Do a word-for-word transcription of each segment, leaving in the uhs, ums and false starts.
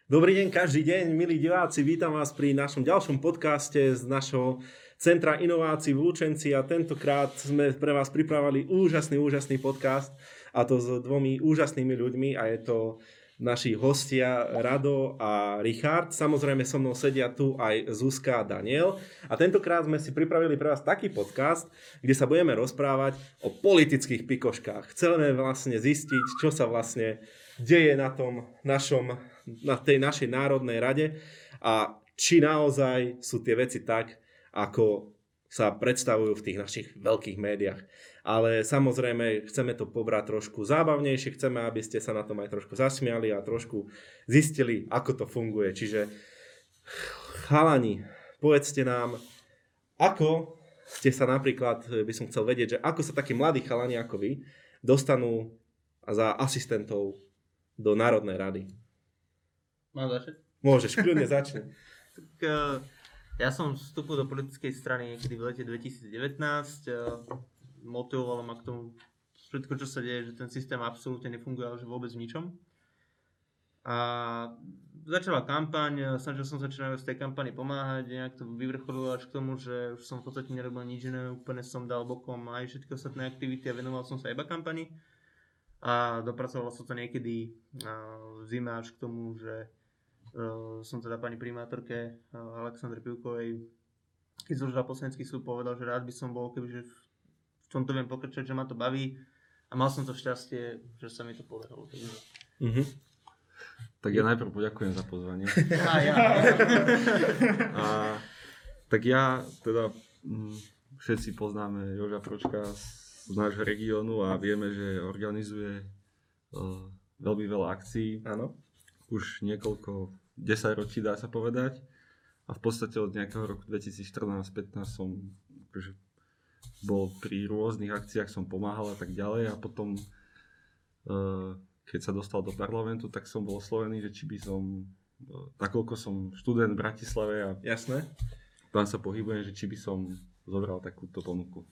Dobrý deň, každý deň, milí diváci, vítam vás pri našom ďalšom podcaste z našho Centra inovácií v Lučenci a tentokrát sme pre vás pripravili úžasný, úžasný podcast a to s dvomi úžasnými ľuďmi a je to naši hostia Rado a Richard. Samozrejme so mnou sedia tu aj Zuzka a Daniel a tentokrát sme si pripravili pre vás taký podcast, kde sa budeme rozprávať o politických pikoškách. Chceme vlastne zistiť, čo sa vlastne deje na tom našom, na tej našej Národnej rade a či naozaj sú tie veci tak, ako sa predstavujú v tých našich veľkých médiách. Ale samozrejme chceme to pobrať trošku zábavnejšie, chceme, aby ste sa na tom aj trošku zasmiali a trošku zistili, ako to funguje. Čiže chalani, povedzte nám, ako ste sa napríklad, by som chcel vedieť, že ako sa takí mladí chalani ako vy dostanú za asistentov do Národnej rady. Mám začať? Môžeš, kľudne začni. Tak, uh, ja som vstúpil do politickej strany niekedy v lete dvetisíc devätnásť. Uh, motivovalo ma k tomu všetko, čo sa deje, že ten systém absolútne nefunguje, ale že vôbec v ničom. A začala kampaň, snažil som sa čo najviac tej kampani pomáhať, nejak to vyvrcholilo až k tomu, že už som v podstate nerobil nič iné, úplne som dal bokom aj všetky ostatné aktivity a venoval som sa iba kampani. A dopracoval som to niekedy v zime až k tomu, že uh, som teda pani primátorke uh, Alexandre Pivkovej, keď zložila poslanecký súd, povedal, že rád by som bol, kebyže v tomto viem pokračovať, že ma to baví. A mal som to šťastie, že sa mi to podarilo. Takže... Mm-hmm. Tak ja najprv poďakujem za pozvanie. A ja. A, tak ja teda m, všetci poznáme Joža Pročka z nášho regiónu a vieme, že organizuje uh, veľmi veľa akcií. Áno. Už niekoľko desaťročí dá sa povedať. A v podstate od nejakého roku dvetisícštrnásť pätnásť som akože, bol pri rôznych akciách, som pomáhal a tak ďalej. A potom, uh, keď sa dostal do parlamentu, tak som bol oslovený, že či by som, uh, nakoľko som študent v Bratislave a Jasné. tam sa pohybujem, že či by som zobral takúto ponuku.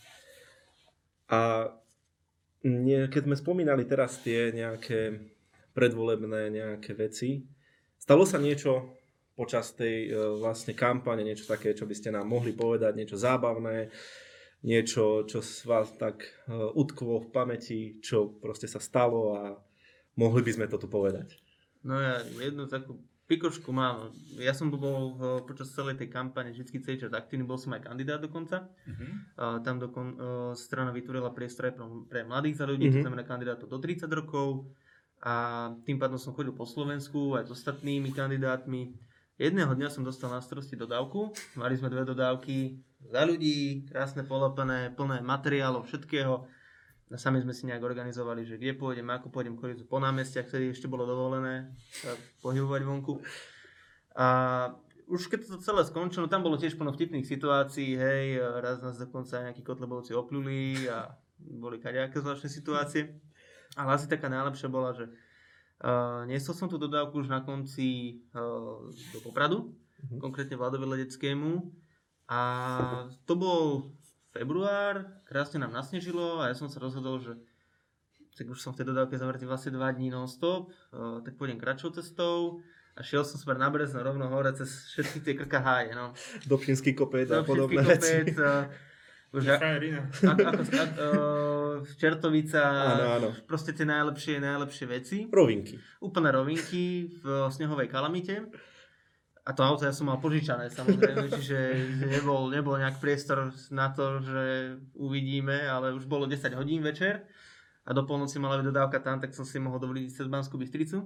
A nie, keď sme spomínali teraz tie nejaké predvolebné nejaké veci, stalo sa niečo počas tej vlastne kampane, niečo také, čo by ste nám mohli povedať, niečo zábavné, niečo, čo vás tak utkvo v pamäti, čo proste sa stalo a mohli by sme to tu povedať. No ja jednu takú pikošku mám. Ja som bol počas celej tej kampane vždycky celý čas aktívny, bol som aj kandidát dokonca. Uh-huh. Uh, tam dokon, uh, strana vytvorila priestor aj pre, pre mladých za ľudí, uh-huh. to znamená kandidátov do tridsať rokov. A tým pádom som chodil po Slovensku aj s ostatnými kandidátmi. Jedného dňa som dostal na starosti dodávku. Mali sme dve dodávky za ľudí, krásne polepené, plné materiálov, všetkého. A sami sme si nejak organizovali, že kde pôjdem, ako pôjdem chodiť po námestiach, ktoré ešte bolo dovolené sa pohybovať vonku. A už keď to celé skončilo, tam bolo tiež plno vtipných situácií, hej, raz nás dokonca nejakí kotlebovci opľuli a boli kadejaké zvláštne situácie. Ale asi taká najlepšia bola, že uh, niesol som tú dodávku už na konci uh, do Popradu, mm-hmm. konkrétne Vladovi Ledeckému. A to bol február, krásne nám nasnežilo a ja som sa rozhodol, že tak už som v tej dodávke zavretý vlastne dva dní non-stop, uh, tak pôjdem kratšou cestou a šiel som smer na Brezno rovno hore cez všetky tie krkaháje, no. Dobšinský kopec a podobné kopec, veci. Uh, už a, ako, ako, uh, Čertovica, áno, áno. proste tie najlepšie, najlepšie veci. Rovinky. Úplné rovinky v snehovej kalamite. A to auto ja som mal požičané samozrejme, čiže nebol, nebol nejak priestor na to, že uvidíme, ale už bolo desať hodín večer a do polnoci mala byť dodávka tam, tak som si mohol dovoliť cez Banskú Bystricu.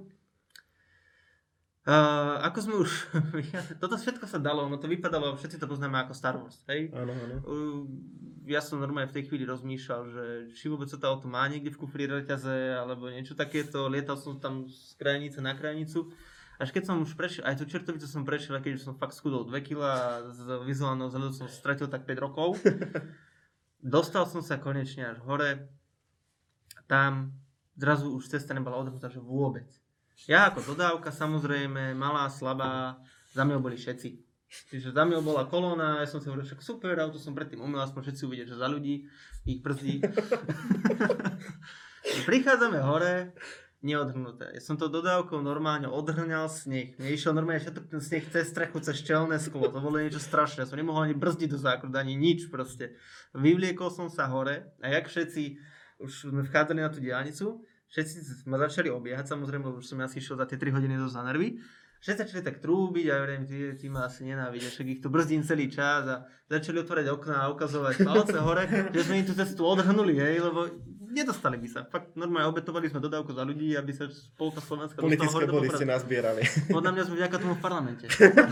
Uh, ako sme už, toto všetko sa dalo, no to vypadalo, všetci to poznáme ako Star Wars, hej? Áno, áno. Uh, ja som normálne v tej chvíli rozmýšľal, že či vôbec sa to auto má niekde v kufri reťaze, alebo niečo takéto, lietal som tam z krajnice na krajnicu. Až keď som už prešiel, aj tú Čertovicu som prešiel, keď už som fakt schudol dve kilá a z vizuálneho vzhľadu som stratil tak päť rokov. Dostal som sa konečne až hore. Tam zrazu už cesta nebola odhrnutá, že vôbec. Ja ako dodávka, samozrejme, malá, slabá, za mňou boli všetci. Čiže za mňou bola kolóna, ja som si hovoril, však super, auto som predtým umil, aspoň všetci uvidia, že za ľudí ich brzdí. Prichádzame hore, neodhrnuté. Ja som to dodávkou normálne odhrňal sneh. Mne išiel normálne všetko ten sneh cez strechu, cez šťelné sklo. To bolo niečo strašné. Ja som nemohol ani brzdiť do zákrut, ani nič proste. Vyvliekol som sa hore a jak všetci už sme vchádzali na tú diaľnicu, všetci ma začali obiehať, samozrejme, už som asi išiel za tie tri hodiny dosť na nervy. Všetci začali tak trúbiť a ja hovorím, ty, ty ma asi nenávidia, však ich tu brzdím celý čas a začali otvárať okná a ukazovať palce hore, že sme im tú cestu odhrnuli, hej, lebo nedostali by sa. Fakt normálne obetovali sme dodávku za ľudí, aby sa spolka Slovenska dostala hore do Popradu. Politické body ste nazbierali. Podľa mňa sme vďaka tomu v parlamente.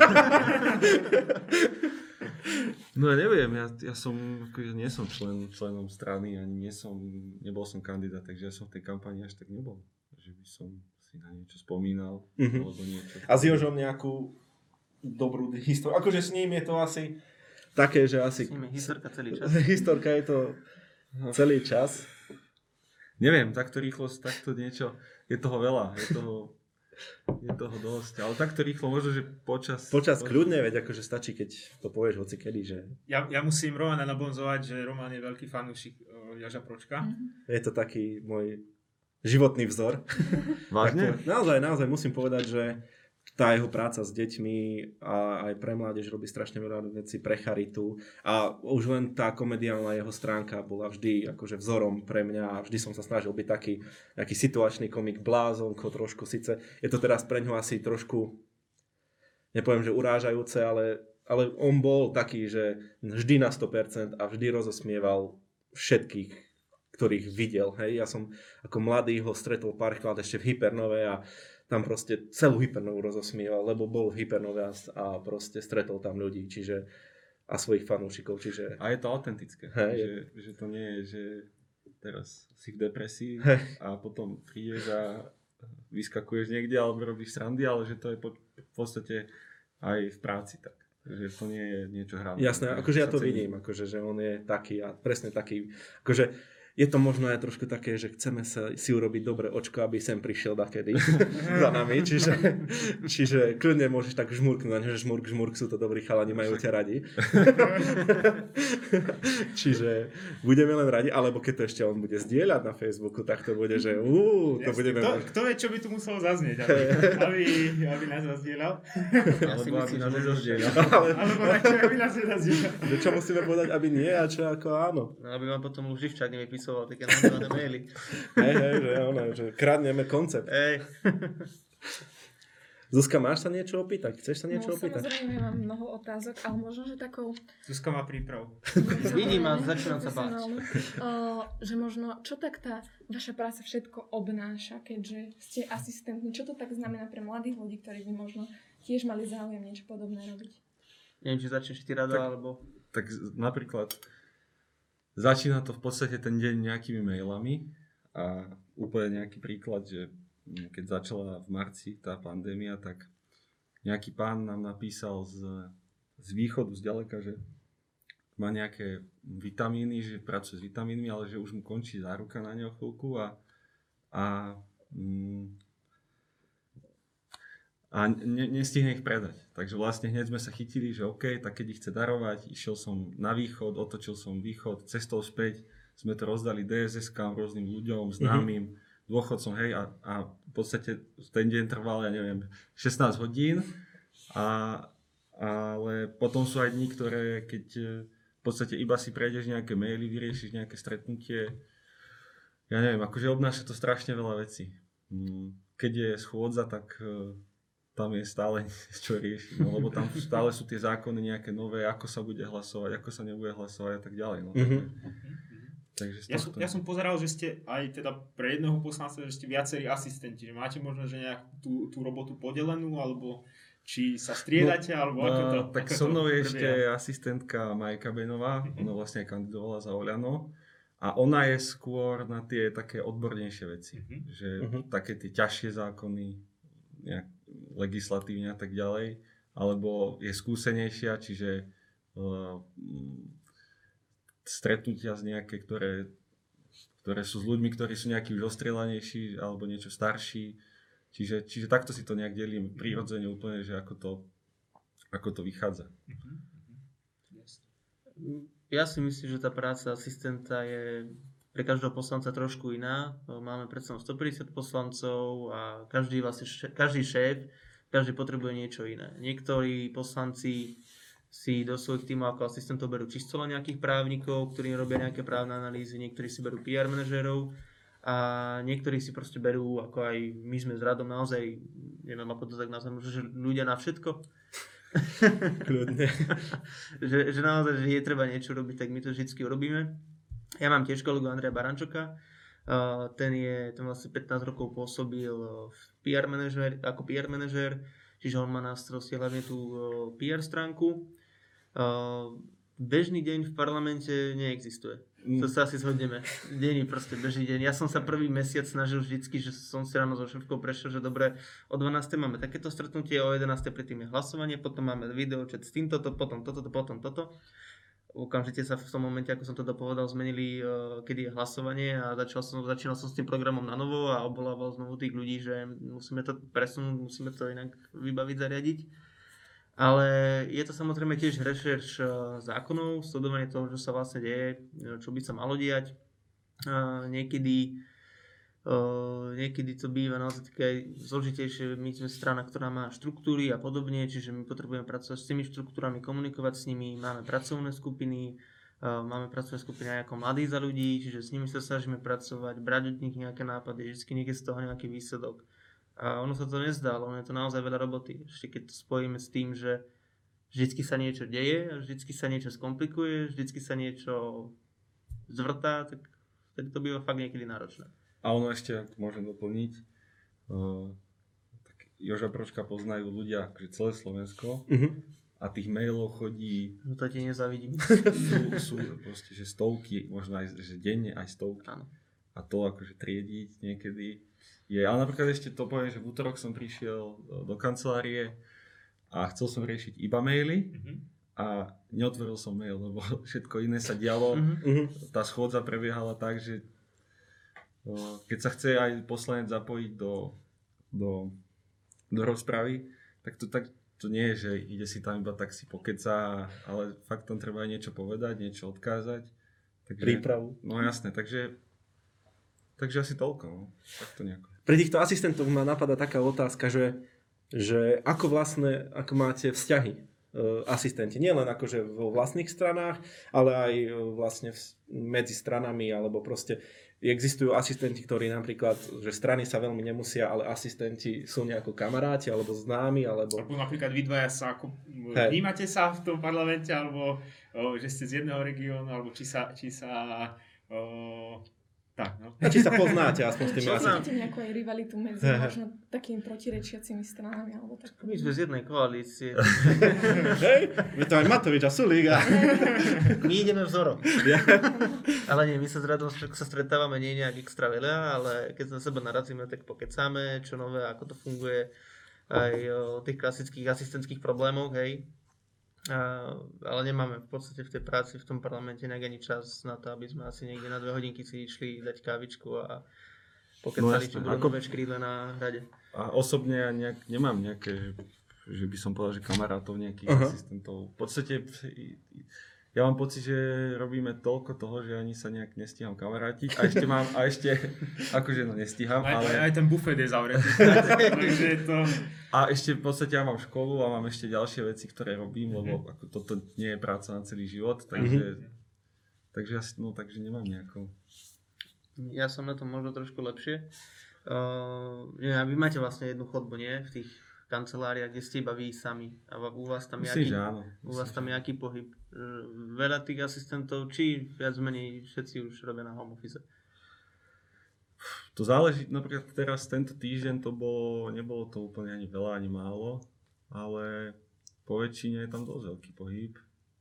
No ja neviem, ja, ja som, akože nie som člen, členom strany, ani nie som, nebol som kandidát, takže ja som v tej kampani až tak nebol. Že by som si na niečo spomínal, mm-hmm. alebo niečo. A s Jožom nejakú dobrú históriu, akože s ním je to asi také, že asi... S ním je historka celý čas. Historka je to celý čas. Neviem, takto rýchlo, takto niečo, je toho veľa, je toho... Je toho dosť, ale takto rýchlo, možno, že počas... Počas kľudne, veď akože stačí, keď to povieš hoci kedy, že... Ja, ja musím Romana nabonzovať, že Roman je veľký fanúšik uh, Joža Pročka. Mm-hmm. Je to taký môj životný vzor. Vážne? Tak, naozaj, naozaj musím povedať, že tá jeho práca s deťmi a aj pre mládež robí strašne veľa vecí pre charitu a už len tá komediálna jeho stránka bola vždy akože vzorom pre mňa a vždy som sa snažil byť taký nejaký situačný komik, blázonko trošku, síce je to teraz pre ňoho asi trošku, nepoviem, že urážajúce, ale, ale on bol taký, že vždy na sto percent a vždy rozosmieval všetkých, ktorých videl, hej, ja som ako mladý ho stretol párkrát ešte v Hypernove a tam proste celú Hypernovu rozosmieval, lebo bol v Hypernove a proste stretol tam ľudí, čiže a svojich fanúšikov, čiže... A je to autentické, hey, že, že to nie je, že teraz si v depresii hey. a potom prídeš a vyskakuješ niekde alebo robíš srandy, ale že to je po, v podstate aj v práci tak. Že to nie je niečo hrané. Jasné, akože ja to vidím, akože, že on je taký a presne taký, akože je to možno aj trošku také, že chceme sa, si urobiť dobré očko, aby sem prišiel dakedy za nami, čiže, čiže kľudne môžeš tak žmurknúť, že žmurk, žmurk, sú to dobrí chalani, majú ťa radi. Čiže budeme len radi, alebo keď to ešte on bude zdieľať na Facebooku, tak to bude, že uú, to Jasne, budeme... Kto, kto vie, čo by tu muselo zaznieť, aby, aby, aby nás zazdieľal? Ja si myslím, že nezazdieľal. Alebo radšej, aby nás nezazdieľal. Čo musíme povedať, aby nie a čo ako áno. No, aby vám potom už Živčák nevypisoval také nahnevané maily. Hej, hej, že, ono, že kradneme koncept. Hej. Zuzka, máš sa niečo opýtať? Chceš sa niečo no, opýtať? Samozrejme, mám mnoho otázok, ale možno, že takou... Zuzka má príprav. Vidím a začínam sa báť. Uh, že možno, čo tak tá vaša práca všetko obnáša, keďže ste asistentní? Čo to tak znamená pre mladých ľudí, ktorí by možno tiež mali záujem niečo podobné robiť? Neviem, či začneš ty rada, tak, alebo... Tak napríklad začína to v podstate ten deň nejakými mailami a úplne nejaký príklad, že keď začala v marci tá pandémia, tak nejaký pán nám napísal z, z východu, z ďaleka, že má nejaké vitamíny, že pracuje s vitamínmi, ale že už mu končí záruka na neho chvíľku a, a, mm, a ne, nestihne ich predať. Takže vlastne hneď sme sa chytili, že OK, tak keď ich chce darovať, išiel som na východ, otočil som východ, cestou späť sme to rozdali dé es eskám rôznym ľuďom, známym, mm-hmm. dôchodcom, hej, a, a v podstate ten deň trval, ja neviem, šestnásť hodín, a, ale potom sú aj dni, ktoré, keď v podstate iba si prejdeš nejaké maily, vyriešiš nejaké stretnutie, ja neviem, akože obnáša to strašne veľa vecí. Keď je schôdza, tak tam je stále čo riešiť, no, lebo tam stále sú tie zákony nejaké nové, ako sa bude hlasovať, ako sa nebude hlasovať a tak ďalej. No, mm-hmm. Takže ja, som, ja som pozeral, že ste aj teda pre jedného poslanca, že ste viacerí asistenti, že máte možno, že nejakú tú, tú robotu podelenú, alebo či sa striedate, no, alebo ako to... Tak ako so mnou je prebieha? ešte asistentka Majka Benová, ona vlastne kandidovala za Oľano a ona je skôr na tie také odbornejšie veci, uh-huh. že uh-huh. také tie ťažšie zákony, nejak legislatívne a tak ďalej, alebo je skúsenejšia, čiže uh, stretnutia z nejaké, ktoré, ktoré sú s ľuďmi, ktorí sú nejakí už ostrielanejší alebo niečo starší. Čiže, čiže takto si to nejak delím prirodzene úplne, že ako to, ako to vychádza. Ja si myslím, že tá práca asistenta je pre každého poslanca trošku iná. Máme predsa stopäťdesiat poslancov a každý, vlastne, každý šéf, každý potrebuje niečo iné. Niektorí poslanci si do svojich tímov ako asistentov berú čisto len nejakých právnikov, ktorí robia nejaké právne analýzy, niektorí si berú pé er manažérov a niektorí si proste berú, ako aj my sme s Radom naozaj, neviem ako to tak nazvem, že ľudia na všetko. Kľudne. že, že naozaj, že je treba niečo robiť, tak my to vždy urobíme. Ja mám tiež kolegu Andreja Barančoka, uh, ten je, ten vlastne pätnásť rokov pôsobil v pé er manažér, ako pé er manažér, čiže on má na starosti hlavne tú uh, pé er stránku. Uh, bežný deň v parlamente neexistuje. Mm. To sa asi zhodneme. Deň je proste bežný deň. Ja som sa prvý mesiac snažil vždycky, že som si ráno so šéfkou prešiel, že dobre, o dvanástej máme takéto stretnutie, o jedenástej predtým je hlasovanie, potom máme video chat s týmto, potom toto, potom toto. Okamžite sa v tom momente, ako som to dopovedal, zmenili, uh, kedy je hlasovanie a začal som, začínal som s tým programom na novo a obvolával znovu tých ľudí, že musíme to presunúť, musíme to inak vybaviť, zariadiť. Ale je to samozrejme tiež rešerš uh, zákonov, sledovanie toho, čo sa vlastne deje, čo by sa malo diať. Uh, niekedy Uh, niekedy to býva naozaj také zložitejšie, my sme strana, ktorá má štruktúry a podobne, čiže my potrebujeme pracovať s tými štruktúrami, komunikovať s nimi, máme pracovné skupiny, uh, máme pracovné skupiny aj ako mladí za ľudí, čiže s nimi sa snažíme pracovať, brať od nich nejaké nápady, vždy niekde z toho nejaký výsledok. A ono sa to nezdá, ale ono je to naozaj veľa roboty. Ešte keď to spojíme s tým, že vždycky sa niečo deje, vždycky sa niečo skomplikuje, vždycky sa niečo zvrtá, tak, tak to býva fakt niekedy náročné. A ono ešte, ak môžem doplniť, uh, tak Joža Pročka poznajú ľudia, akože celé Slovensko uh-huh. a tých mailov chodí... No to ti nezavidím. Sú, sú proste, že stovky, možno aj že denne aj stovky. Áno. A to akože triediť niekedy je... Ale napríklad ešte to poviem, že v útorok som prišiel do kancelárie a chcel som riešiť iba maily uh-huh. a neotvoril som mail, lebo všetko iné sa dialo. Uh-huh. Tá schôdza prebiehala tak, že keď sa chce aj poslanec zapojiť do, do, do rozpravy, tak to, tak to nie je, že ide si tam iba tak si pokecá, ale fakt tam treba aj niečo povedať, niečo odkázať. Takže, prípravu. No jasné, takže, takže asi toľko. No. Tak to nejako. Pre týchto asistentov ma napadá taká otázka, že, že ako vlastne, ako máte vzťahy e, asistenti, nielen akože vo vlastných stranách, ale aj e, vlastne v, medzi stranami, alebo proste existujú asistenti, ktorí napríklad, že strany sa veľmi nemusia, ale asistenti sú nejako kamaráti, alebo známi, alebo... Alebo napríklad vy dvaja sa ako... Hey. Vnímate sa v tom parlamente, alebo o, že ste z jedného regiónu, alebo či sa... Či sa o, tak, no. Či sa poznáte aspoň s tými asistentmi. Máte nejakú aj rivalitu medzi možno takými protirečiacimi stranami, alebo tak? My sme z jednej koalície. Hej, my to aj Matovič a Sulík. A... My ideme vzorom. Ale nie, my sa s Radom sa stretávame nie nejak extra veľa, ale keď sa na seba narazíme, tak pokecáme, čo nové, ako to funguje, aj o tých klasických asistentských problémoch, hej. A, ale nemáme v podstate v tej práci v tom parlamente nejak ani čas na to, aby sme asi niekde na dve hodinky si išli dať kávičku a pokecali, no, či budú nové škrídle na hrade. A osobne ja nejak, nemám nejaké, že by som povedal, že kamarátov nejakých uh-huh. asistentov. V podstate ja mám pocit, že robíme toľko toho, že ani sa nejak nestíham kamarátiť. A ešte mám, a ešte, akože no nestíham, aj, ale... Aj ten bufet je zavretý. Takže to... A ešte v podstate ja mám školu a mám ešte ďalšie veci, ktoré robím, lebo ako toto nie je práca na celý život, takže, mm-hmm. takže, no, takže nemám nejako. Ja som na tom možno trošku lepšie. Uh, neviem, vy máte vlastne jednu chodbu, nie? V tých kanceláriách, kde ste iba vy sami. A u vás tam Myslím, jaký, že áno. u vás tam je aký pohyb? Veľa tých asistentov, či viac menej všetci už robia na home office? To záleží, napríklad teraz tento týždeň to bolo, nebolo to úplne ani veľa, ani málo, ale po väčšine je tam dosť veľký pohyb.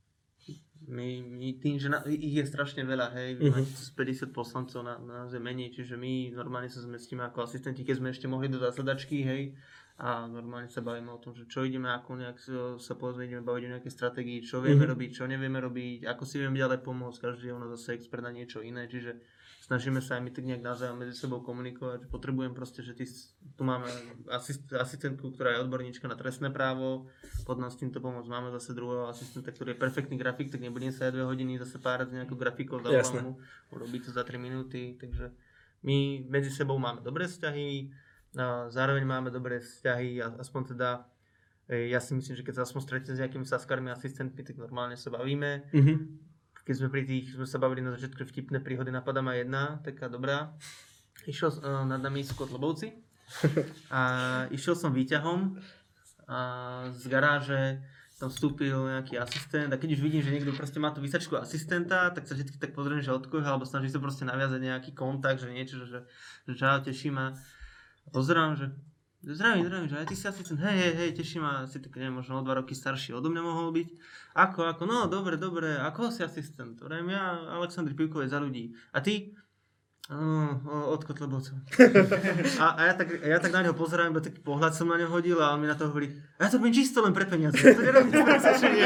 My, my tým, že na, ich je strašne veľa, hej, vy uh-huh. máte päťdesiat poslancov na, na nás je menej, čiže my normálne sa zmestíme ako asistenti, keď sme ešte mohli do zasadačky, hej, a normálne sa bavíme o tom, že čo ideme, ako nejak sa povedzme, ideme baviť o nejakej stratégii, čo vieme uh-huh. robiť, čo nevieme robiť, ako si vieme ďalej pomôcť, každý je u nás zase expert na niečo iné, čiže snažíme sa aj my tak nejak navzájom medzi sebou komunikovať, že potrebujem proste, že ty, tu máme asist, asistentku, ktorá je odborníčka na trestné právo, pod nás týmto pomôcť, máme zase druhého asistenta, ktorý je perfektný grafik, tak nebudem sa aj dve hodiny zase párať s nejakou grafikou, dávám mu, urobí to za tri minúty, takže my medzi sebou máme dobré vzťahy, a zároveň máme dobré vzťahy, a aspoň teda ja si myslím, že keď sa aspoň stretne s nejakými saskarmi asistentmi, tak normálne sa bavíme. Mm-hmm. Keď sme pri tých, sme sa bavili na začiatku vtipné príhody, napadá ma jedna, taká dobrá. Išiel uh, nad nami sú Kotlebovci a išiel som výťahom a z garáže tam vstúpil nejaký asistent a keď už vidím, že niekto proste má tú vysačku asistenta, tak sa vždy tak pozriem, že od koho, alebo snaží sa proste naviazať nejaký kontakt, že niečo, že, že čau, teší ma. A pozerám, že zdravím, zdravím, že aj ty si asistent, hej, hej, hej, teší ma, si tak neviem, možno o dva roky starší odo mňa mohol byť. Ako, ako, no, dobre, dobre, ako si asistent? Vrajím, ja, Aleksandr Pivkovec za ľudí. A ty? Oh, od Kotlebovcov. A, a ja, tak, ja tak na neho pozerám, iba taký pohľad som na neho hodil a on mi na to hovorí, ja to robím čisto len pre peniaze, to nerobím presvedčenie.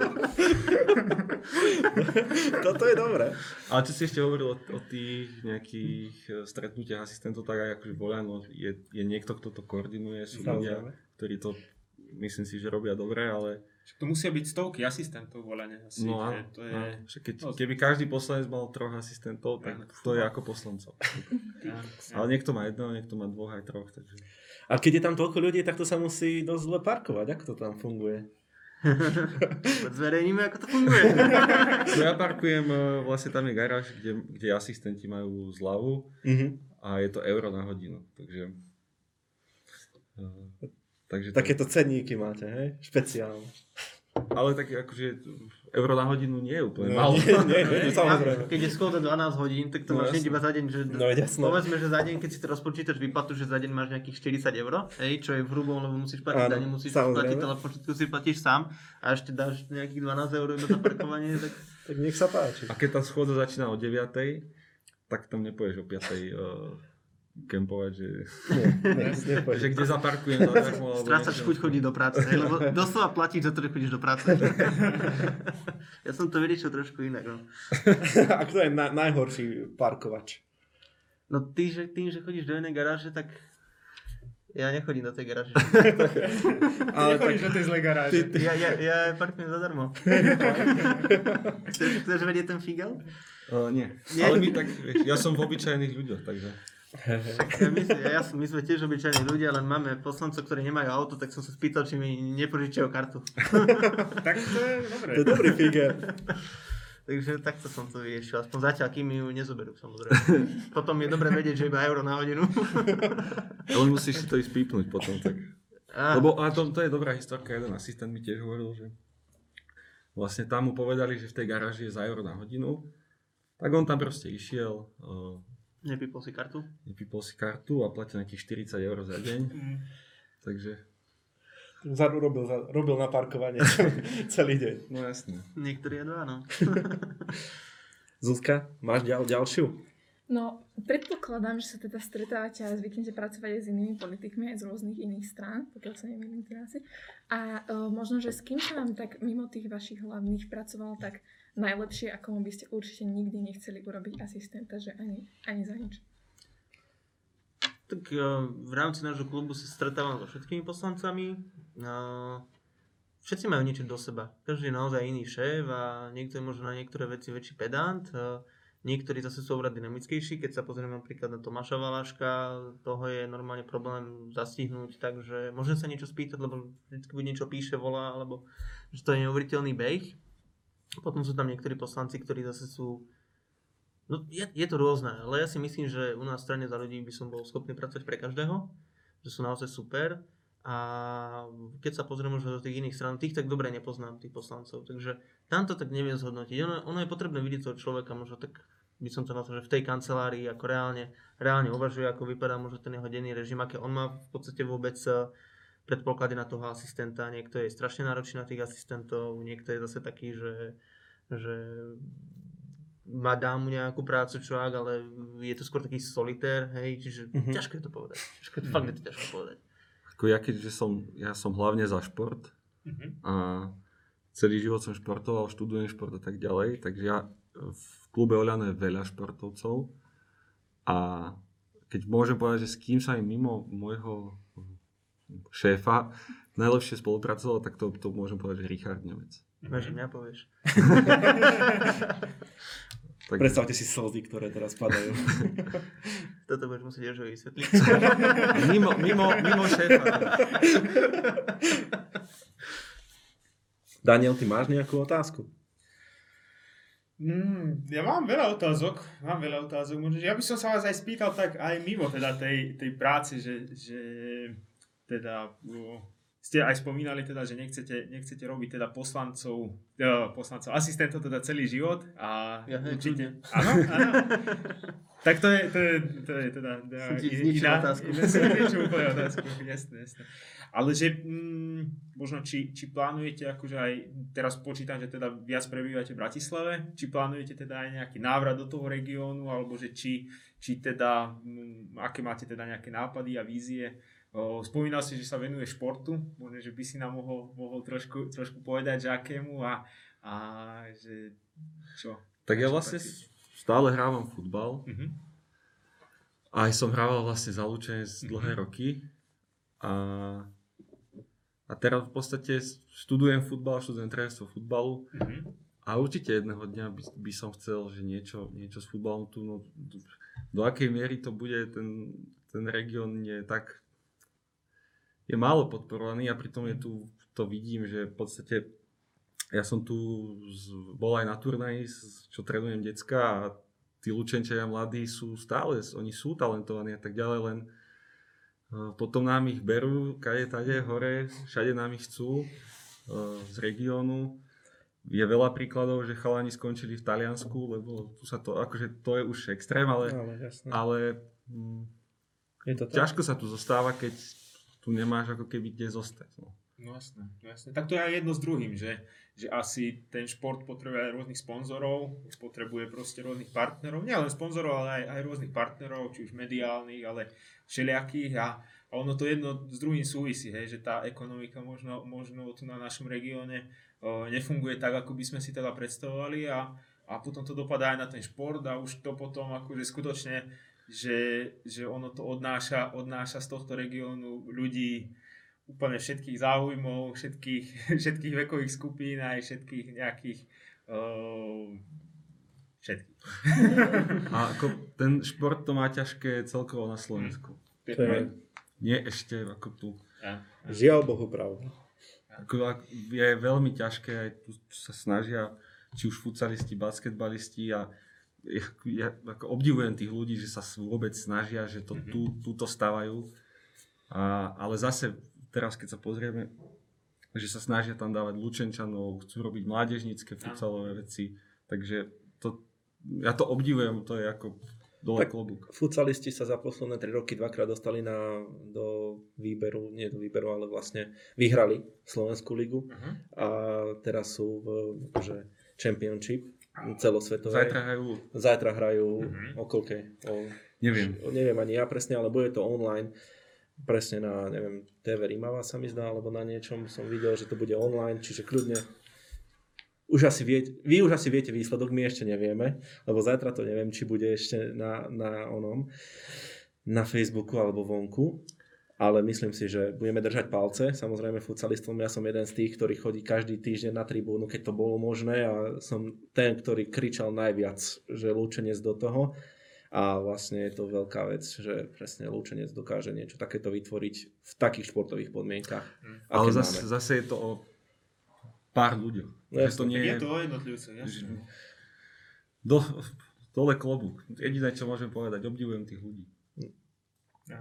Toto je dobré. Ale čo si ešte hovoril o, o tých nejakých stretnutiach asistentov, tak aj akože Voľano je, je niekto, kto to koordinuje, sú ľudia, ktorí to myslím si, že robia dobre, ale však to musia byť stovky asistentov Voľane asi, no, že to je... No, však keď, keby každý poslanec mal troch asistentov, tak ja, to je ako poslancov. Ja, ja. Ale niekto má jedného, niekto má dvoch aj troch. Takže... A keď je tam toľko ľudí, tak to sa musí dosť zle parkovať. Ako to tam funguje? Zverejníme, ako to funguje. No ja parkujem, vlastne tam je garáž, kde, kde asistenti majú zľavu mm-hmm. a je to euro na hodinu. Takže... Takže takéto cenníky máte, hej? Špeciálne. Ale tak akože euro na hodinu nie je úplne no, málo. Nie, nie, nie, samozrejme. Keď je skôr dvanásť hodín, tak to no, máš iba za deň, že no, povedzme, že za deň, keď si to rozpočítaš výplatu, že za deň máš nejakých štyridsať eur, hej, čo je v hrubom, lebo musíš platiť dane, musíš platiť, ale počítku si platíš sám a ešte dáš nejakých dvanásť eur iba za parkovanie, tak... tak nech sa páči. A keď tá schôdza začína o deviatej, tak tam nepoješ o piatej uh... kempovať, že... Nie, nie, že kde zaparkujem zadarmo. Strácaš chuť chodiť do práce, lebo doslova platíš za to, že chodíš do práce. Ja som to vyriešil trošku inak. No. A kto je na, najhorší parkovač? No ty, že, tým, že chodíš do inej garáže, tak ja nechodím do tej garáže. Ale nechodíš tak... do tej zlej garáže. Ty, ty... Ja, ja, ja parkujem zadarmo. chceš, chceš vedieť ten figel? Uh, nie. nie, ale my tak, vieš, ja som v obyčajných ľuďoch, takže... Ja my, ja, my sme tiež obyčajní ľudia, len máme poslancov, ktorí nemajú auto, tak som sa spýtal, či mi nepožičiajú kartu. Tak to je dobré. To je dobrý figel. Takže takto som to vyriešil, aspoň zatiaľ, kým mi ju nezoberú, samozrejme. Potom je dobre vedieť, že iba euro na hodinu. Ale musíš si to ísť pípnuť potom, tak. A. Lebo a to, to je dobrá historka, jeden asistent mi tiež hovoril, že vlastne tam mu povedali, že v tej garáži je za euro na hodinu, tak on tam proste išiel, uh, Nepípol si kartu? Nepípol si kartu a platil nejakých štyridsať eur za deň. Mm. Takže... Zaru robil, robil na parkovanie celý deň. No jasne. Niektorí aj dva, no. Zuzka, máš ďal, ďalšiu? No, predpokladám, že sa teda stretávate a zvyknete pracovať aj s inými politikmi, aj z rôznych iných strán, pokiaľ sa nemýlim teda asi. A uh, možno, že s kým sa vám tak mimo tých vašich hlavných pracoval tak najlepšie, ako by ste určite nikdy nechceli urobiť asistenta, že ani, ani za nič? Tak uh, v rámci nášho klubu sa stretávam so všetkými poslancami. Uh, všetci majú niečo do seba. Každý je naozaj iný šéf a niekto je možno na niektoré veci väčší pedant. Uh, Niektorí zase sú oveľa dynamickejší, keď sa pozrieme napríklad na Tomáša Valaška, toho je normálne problém zastihnúť, takže môžem sa niečo spýtať, lebo vždy buď niečo píše, volá, alebo že to je neuveriteľný beh. Potom sú tam niektorí poslanci, ktorí zase sú, no je, je to rôzne, ale ja si myslím, že u nás v strane Za ľudí by som bol schopný pracovať pre každého, že sú naozaj super. A keď sa pozriem už do tých iných strán, tých tak dobre nepoznám, tých poslancov, takže tam to tak neviem zhodnotiť. Ono, ono je potrebné vidieť toho človeka, možno tak by som to nazval, že v tej kancelárii ako reálne, reálne uvažuje, ako vypadá možno ten jeho denný režim, aké on má v podstate vôbec predpoklady na toho asistenta. Niekto je strašne náročný na tých asistentov, niekto je zase taký, že, že má dá mu nejakú prácu čovák, ale je to skôr taký solitér, hej, čiže mm-hmm. ťažko je to povedať. Ťažko, mm-hmm. Fakt je to ťažko povedať. Ako ja keďže som, ja som hlavne za šport uh-huh. a celý život som športoval, študujem šport a tak ďalej, takže ja v klube Oľano je veľa športovcov A keď môžem povedať, že s kým sa aj mimo môjho šéfa najlepšie spolupracoval, tak to, to môžem povedať, že Richard Nemec. Máš, mňa povieš. Tak... Predstavte si slzy, ktoré teraz padajú. Toto budeš musieť Jožovi vysvetliť. mimo, mimo, mimo šéfa. Daniel, ty máš nejakú otázku? Mm, ja mám veľa otázok, mám veľa otázok. Možno, že ja by som sa vás aj spýtal tak aj mimo teda tej, tej práce, že, že teda o, ste aj spomínali teda, že nechcete, nechcete robiť teda poslancov, uh, poslancov, asistentov teda celý život a Ja, hej, určite, áno, áno. Tak to je, to je, to je teda Som ti i- zničil iná, otázku. iná, som zničil úplne otázku, jasné, jasné. Ale že mm, možno či, či plánujete, akože aj teraz počítam, že teda viac prebývate v Bratislave, či plánujete teda aj nejaký návrat do toho regiónu, alebo že či, či teda, mm, aké máte teda nejaké nápady a vízie. O, spomínal si, že sa venuje športu, možno, že by si nám mohol, mohol trošku, trošku povedať, že akému a, a že čo? Tak ja Čo vlastne patríte? stále hrávam futbal. Mhm. Aj som hrával vlastne za Lučenec dlhé roky. A, a teraz v podstate študujem futbal, študujem trénerstvo futbalu. Mhm. A určite jedného dňa by, by som chcel, že niečo, niečo s futbalom tu, no, do, do akej miery to bude, ten, ten región je tak, je málo podporovaný a pritom je tu, to vidím, že v podstate ja som tu z, bol aj na turnaji, čo trénujem decka a tí Lučenčania mladí sú stále, oni sú talentovaní a tak ďalej, len uh, potom nám ich berú, kade, tade, hore, všade nám ich chcú uh, z regiónu. Je veľa príkladov, že chalani skončili v Taliansku, lebo tu sa to, akože to je už extrém, ale, Ale jasné. ale mm, Je to tak? ťažko sa tu zostáva, keď tu nemáš ako keby kde zostať. No. No jasné, no jasné. Tak to je aj jedno s druhým, že, že asi ten šport potrebuje aj rôznych sponzorov, potrebuje proste rôznych partnerov, nielen sponzorov, ale aj, aj rôznych partnerov, či už mediálnych, ale všelijakých a, a ono to jedno s druhým súvisí, hej, že tá ekonomika možno, možno tu na našom regióne o, nefunguje tak, ako by sme si teda predstavovali a, a potom to dopadá aj na ten šport a už to potom akože skutočne, že, že ono to odnáša, odnáša z tohto regiónu ľudí úplne všetkých záujmov, všetkých, všetkých vekových skupín aj všetkých nejakých uh, všetkých. A ako ten šport to má ťažké celkovo na Slovensku. To je Nie ešte ako tu. Ja. žiaľ Bohu pravda. Ako, ak- je veľmi ťažké, aj tu sa snažia, či už futsalisti, basketbalisti a ja, ja ako obdivujem tých ľudí, že sa vôbec snažia, že to tu, túto stavajú. A, ale zase teraz, keď sa pozrieme, že sa snažia tam dávať Lučenčanov, chcú robiť mládežnícke futsalové veci, takže to, ja to obdivujem, to je ako dole Tak- klobúk. Futsalisti sa za posledné tri roky dvakrát dostali na, do výberu, nie do výberu, ale vlastne vyhrali Slovenskú ligu Uh-huh. a teraz sú v že Championship celosvetovej. Zajtra hrajú, Zajtra hrajú Mhm. o koľkej? O, neviem, o, neviem ani ja presne, ale bude to online. Presne na, neviem, té vé Rimava sa mi zdá, alebo na niečom som videl, že to bude online, čiže kľudne už asi viete, vy už asi viete výsledok, my ešte nevieme, lebo zajtra to neviem, či bude ešte na, na onom, na Facebooku alebo vonku, ale myslím si, že budeme držať palce, samozrejme futsalistom, ja som jeden z tých, ktorý chodí každý týždeň na tribúnu, keď to bolo možné a som ten, ktorý kričal najviac, že Lučenec do toho. A vlastne je to veľká vec, že presne Lučenec dokáže niečo takéto vytvoriť v takých športových podmienkach. ale aké zase, máme. zase je to o pár ľuďoch. No Že jasne, to nie Je je, to o jednotlivce, jasne. do, dole klobúk. Jediné, čo môžem povedať, obdivujem tých ľudí. Ja.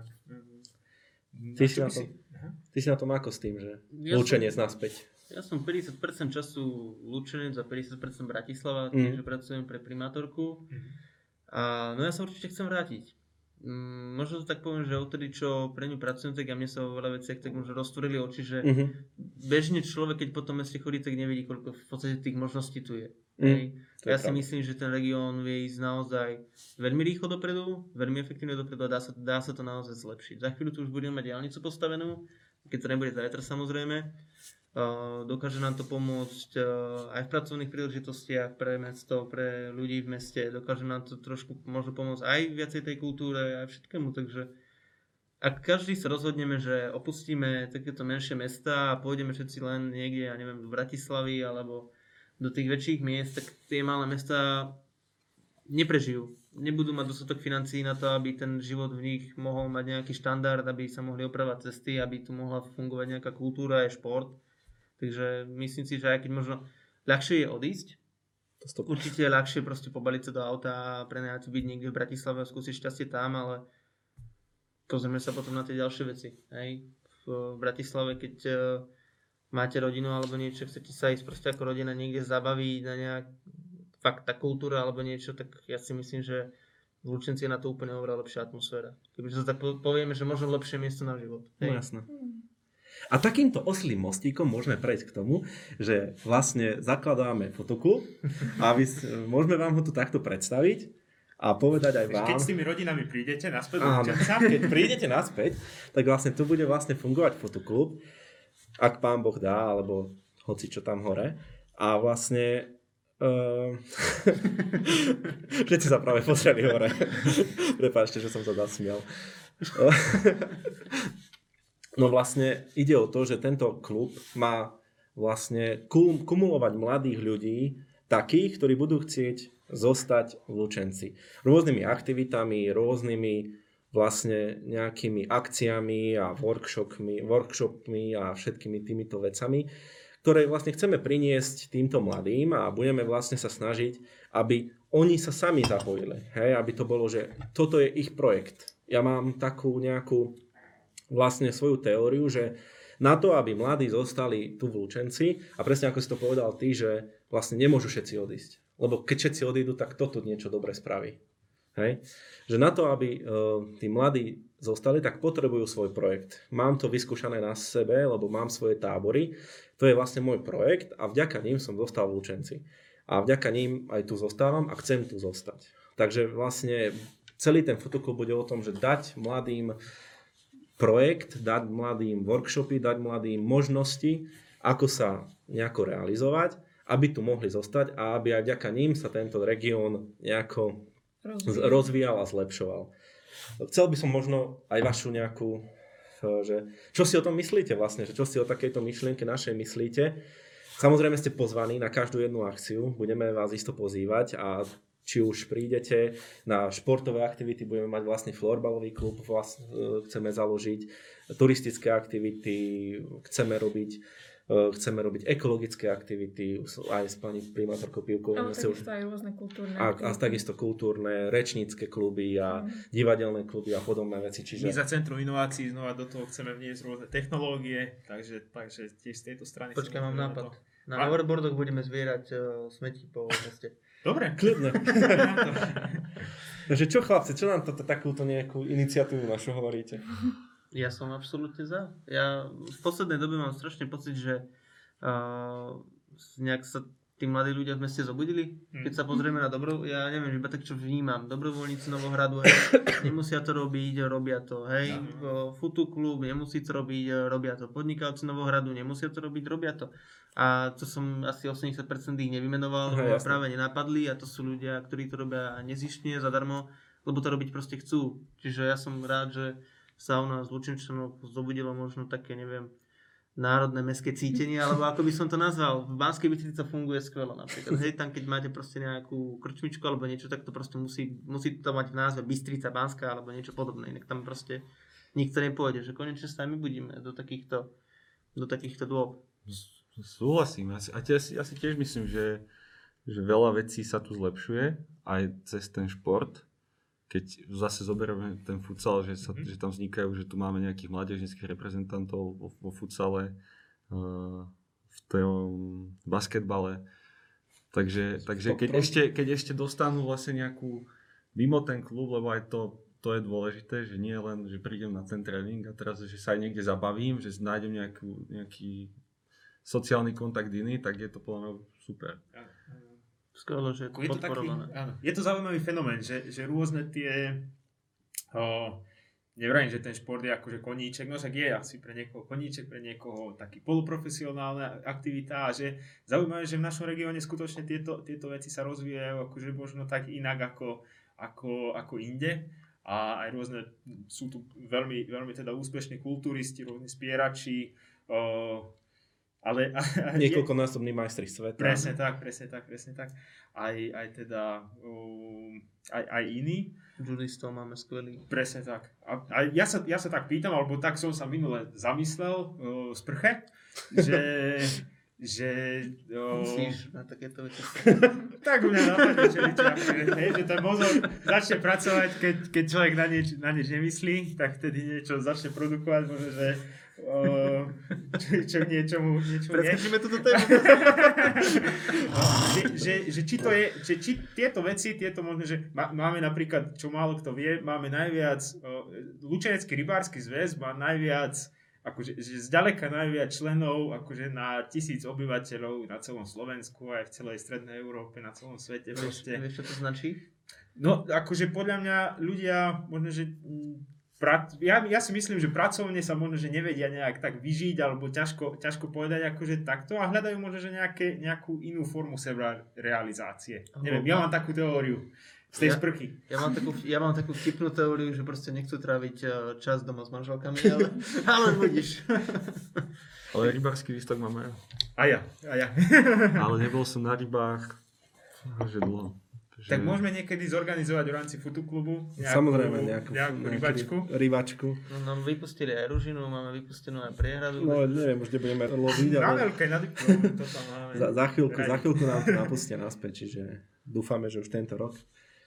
Ty si, čo na by tom, si- Aha. ty si na tom ako s tým, že Ja Lučenec naspäť? Ja som päťdesiat percent času Lučenec a päťdesiat percent Bratislava, Mm. tým, že pracujem pre primátorku. Mhm. A, no ja sa určite chcem vrátiť. Mm, možno to tak poviem, že odtedy, čo pre ňu pracujem, tak a mne sa vo veľa veciach tak možno roztvorili oči, že Mhm. bežne človek, keď po tom meste chodí, tak nevidí, koľko v podstate tých možností tu je. Mm, Hej. to je Ja si pravda. myslím, že ten región vie ísť naozaj veľmi rýchlo dopredu, veľmi efektívne dopredu a dá sa, dá sa to naozaj zlepšiť. Za chvíľu tu už budeme mať diaľnicu postavenú, keď to nebude zajtra samozrejme. dokáže nám to pomôcť aj v pracovných príležitostiach pre mesto, pre ľudí v meste, dokáže nám to trošku možno pomôcť aj viacej tej kultúre, aj všetkému, takže ak každý sa rozhodneme, že opustíme takéto menšie mesta a pôjdeme všetci len niekde, ja neviem, do Bratislavy alebo do tých väčších miest, tak tie malé mesta neprežijú. Nebudú mať dostatok financií na to, aby ten život v nich mohol mať nejaký štandard, aby sa mohli opravať cesty, aby tu mohla fungovať nejaká kultúra aj šport. Takže myslím si, že aj keď možno ľahšie je odísť, určite je ľahšie proste pobaliť sa do auta a prenajať byť niekde v Bratislave a skúsiť šťastie tam, ale pozrieme sa potom na tie ďalšie veci. Hej. V Bratislave, keď máte rodinu alebo niečo, chcete sa ísť proste ako rodina niekde zabaviť na nejak fakt tá kultúra alebo niečo, tak ja si myslím, že v Lučenci je na to úplne oveľa lepšia atmosféra. Kebyže sa tak povieme, že možno lepšie miesto na život. Hej. No jasné. A takýmto oslým mostíkom môžeme prejsť k tomu, že vlastne zakladáme fotoklub a vy, môžeme vám ho tu takto predstaviť a povedať aj vám. Keď s tými rodinami prídete naspäť do Áno, Lučenca, keď prídete naspäť, tak vlastne tu bude vlastne fungovať fotoklub, ak pán Boh dá, alebo hoci čo tam hore. A vlastne uh, všetci sa práve pozreli hore. Prepáčte, že som sa zasmial. No vlastne ide o to, že tento klub má vlastne kumulovať mladých ľudí, takých, ktorí budú chcieť zostať v Lučenci. Rôznymi aktivitami, rôznymi vlastne nejakými akciami a workshopmi, workshopmi a všetkými týmito vecami, ktoré vlastne chceme priniesť týmto mladým a budeme vlastne sa snažiť, aby oni sa sami zapojili. Hej? Aby to bolo, že toto je ich projekt. Ja mám takú nejakú vlastne svoju teóriu, že na to, aby mladí zostali tu v Lučenci, a presne ako si to povedal ty, že vlastne nemôžu všetci odísť. Lebo keď všetci odídu, tak toto niečo dobre spraví. Hej? Že na to, aby uh, tí mladí zostali, tak potrebujú svoj projekt. Mám to vyskúšané na sebe, lebo mám svoje tábory. To je vlastne môj projekt a vďaka ním som zostal v Lučenci. A vďaka ním aj tu zostávam a chcem tu zostať. Takže vlastne celý ten fotoklub bude o tom, že dať mladým projekt, dať mladým workshopy, dať mladým možnosti, ako sa nejako realizovať, aby tu mohli zostať a aby aj vďaka ním sa tento región nejako rozvíjal. rozvíjal a zlepšoval. Chcel by som možno aj vašu nejakú, že čo si o tom myslíte vlastne, že čo si o takejto myšlienke našej myslíte. Samozrejme ste pozvaní na každú jednu akciu, budeme vás isto pozývať a či už prídete na športové aktivity, budeme mať vlastne florbalový klub, vlastne, chceme založiť turistické aktivity, chceme robiť Chceme robiť ekologické aktivity aj s pani primátorkou Pivkovou. Ale takisto aj rôzne kultúrne. A, a takisto kultúrne, rečnícke kluby a mm. divadelné kluby a podobné veci. Čiže... My za Centrum inovácií znova do toho chceme vniesť rôzne technológie, takže, takže tiež z tejto strany... Počkaj, mám nápad. Na hoverboardoch budeme zvierať uh, smeti po meste. Dobre. Kľudne. Takže čo chlapci, čo nám toto takúto nejakú iniciatívu našu hovoríte? Ja som absolútne za. Ja v poslednej dobe mám strašne pocit, že uh, nejak sa tí mladí ľudia v meste zobudili. Keď sa pozrieme na dobro, ja neviem, iba tak čo vnímam. Dobrovoľníci Novohradu, hej, nemusia to robiť, robia to. Hej, no. Futuklub nemusí to robiť, robia to. Podnikavci Novohradu nemusia to robiť, robia to. A to som asi osemdesiat percent ich nevymenoval, lebo práve nenapadli a to sú ľudia, ktorí to robia nezištne, zadarmo, lebo to robiť proste chcú. Čiže ja som rád, že sa u nás Lučenčanov zobudilo možno také, neviem, národné mestské cítenie, alebo ako by som to nazval. V Banskej Bystrici to funguje skvelo napríklad. Hej, tam keď máte proste nejakú krčmičku alebo niečo, tak to proste musí, musí to mať v názve Bystrica, Banská alebo niečo podobné. Inak tam proste nikto nepôjde, že konečne sa my budíme do takýchto, do takýchto dôb. Súhlasím. Ja si, ja si tiež myslím, že, že veľa vecí sa tu zlepšuje aj cez ten šport. Keď zase zoberieme ten futsal, že, sa, mm. že tam vznikajú, že tu máme nejakých mládežnických reprezentantov vo, vo futsale, uh, v tom basketbale. Takže, takže keď, ešte, keď ešte dostanú vlastne nejakú mimo ten klub, lebo aj to, to je dôležité, že nie len, že prídem na ten tréning a teraz, že sa aj niekde zabavím, že nájdem nejakú, nejaký sociálny kontakt iný, tak je to podľa mňa super. Skoro, že je to taký, áno, je to zaujímavý fenomén, že, že rôzne tie o, nevrajím, že ten šport je akože koníček, no však je asi pre niekoho koníček, pre niekoho taký poloprofesionálna aktivita a že zaujímavé, že v našom regióne skutočne tieto, tieto veci sa rozvíjajú akože možno tak inak ako, ako, ako inde a aj rôzne, sú tu veľmi, veľmi teda úspešní kulturisti, rôzni spierači, o, ale... A, Niekoľkonásobní majstri sveta. Presne tak, presne tak, presne tak. Aj, aj teda, um, aj, aj iní. Judistov máme skvelý. Presne tak. A, a ja, sa, ja sa tak pýtam, alebo tak som sa minule zamyslel uh, z prche, že... že uh, Myslíš na takéto veci? tak u mňa napadne, že, že, že ten mozog začne pracovať, keď, keď človek na nič, na nič nemyslí, tak vtedy niečo začne produkovať, možno, že uh, čo, čo niečomu, niečomu nie. Preskočíme túto tému. že, že, že či to je, že či tieto veci, tieto možno, že má, máme napríklad, čo málo kto vie, máme najviac, uh, Lučenecký rybársky zväz má najviac, akože že zďaleka najviac členov akože na tisíc obyvateľov na celom Slovensku, aj v celej strednej Európe, na celom svete. Proste. Vieš, čo to značí? No, akože podľa mňa ľudia, možno, že pra, ja, ja si myslím, že pracovne sa možno, že nevedia nejak tak vyžiť, alebo ťažko, ťažko povedať akože takto a hľadajú možno, že nejaké, nejakú inú formu seba realizácie. Oh, Neviem, ja mám takú teóriu z tej ja, sprchy. Ja mám, takú, ja mám takú vtipnú teóriu, že proste nechcú tráviť čas doma s manželkami, ale, ale budíš. Ale rybársky lístok mám aj. A ja, a ja. Ale nebol som na rybách, že dlho. Tak že... môžeme niekedy zorganizovať v rámci futoklubu nejakú, Samozrejme, nejakú, nejakú nejakú rybačku. rybačku. No, nám vypustili aj ružinu, máme vypustenú aj priehradu. No neviem, už nebudeme loviť, ale... Na veľké, na diplomu, to tam máme. Za, za, chvíľku, za chvíľku nám to napustia naspäť, čiže dúfame, že už tento rok.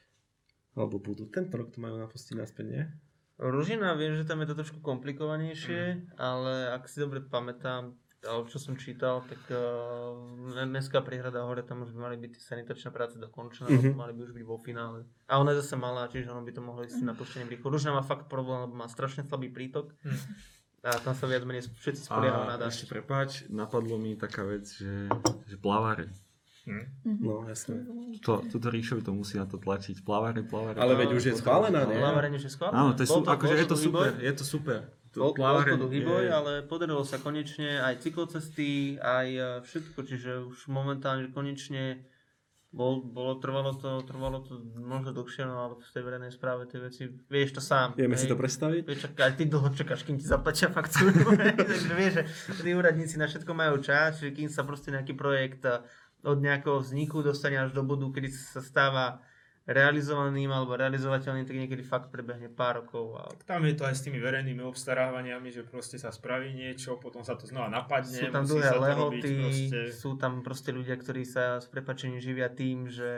Alebo budú. Tento rok to majú napustiť naspäť, nie? Ružina, viem, že tam je to trošku komplikovanejšie, mm. ale ak si dobre pamätám, alebo čo som čítal, tak uh, mestská priehrada hore, tam už by mali byť tie sanitačné práce dokončené, mm-hmm. mali by už byť vo finále. A ona je zase malá, čiže ono by to mohlo ísť na puštením rýchlo. Ružina má fakt problém, lebo má strašne slabý prítok. Mm. A tam sa viac menej všetci spoliehajú na dáš. Ešte prepáč, napadlo mi taká vec, že, že plaváre. Hmm. No, jasné. To, tuto Ríšovi to musí na to tlačiť. Plaváre, plaváre. Ale veď už je schválená, nie? Plaváre už je schválená. Áno, to je, sú, akože je to super, je to super. Bol to dlhý boj, ale podarilo sa konečne aj cyklocesty, aj všetko, čiže už momentálne konečne bol, bolo, trvalo to, trvalo to možno dlhšie, no ale v tej verejnej správe tie veci, vieš to sám. Vieme hej, si to predstaviť? Vieš, aj ty dlho čakáš, kým ti zaplatia faktúru, takže vieš, že tí úradníci na všetko majú čas, že kým sa proste nejaký projekt od nejakého vzniku dostane až do bodu, kedy sa stáva realizovaným alebo realizovateľným, tak niekedy fakt prebehne pár rokov. A... Tam je to aj s tými verejnými obstarávaniami, že proste sa spraví niečo, potom sa to znova napadne, sú tam musí dlhé sa to lehoty, robiť proste. Sú tam proste ľudia, ktorí sa s prepáčením živia tým, že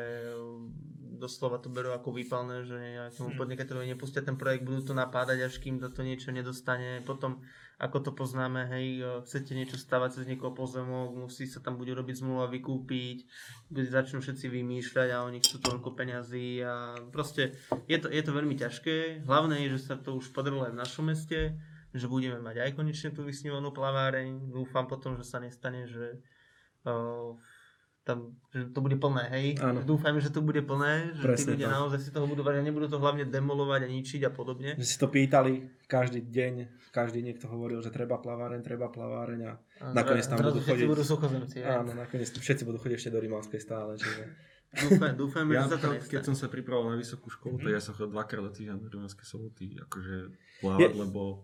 doslova to berú ako výpalné, že nejakému hmm. podnikateľovi nepustia ten projekt, budú to napádať, až kým to niečo nedostane. Potom, ako to poznáme, hej, chcete niečo stavať cez niekoho pozemok, musí sa tam bude robiť zmluva, vykúpiť, začnú všetci vymýšľať a oni chcú toľko peňazí a proste je to, je to veľmi ťažké. Hlavné je, že sa to už podarilo aj v našom meste, že budeme mať aj konečne tú vysnívanú plaváreň. Dúfam potom, že sa nestane, že uh, tam, že to bude plné, hej. Áno. Dúfajme, že to bude plné, že presne tí ľudia tak. Naozaj si toho budú vážiť a nebudú to hlavne demolovať a ničiť a podobne. Že si to pýtali každý deň, každý niekto hovoril, že treba plaváreň, treba plaváreň a, a nakoniec tam budú chodiť. Budú suchozemci, áno, nakoniec všetci budú chodiť ešte do Rimavskej stále. Čiže... Dúfam, dúfam, ja že sa to nestane. Keď som sa pripravoval na vysokú školu, mm-hmm. tak ja som chodil dvakrát do týždňa do Rimavskej Soboty, akože plávať, je... lebo...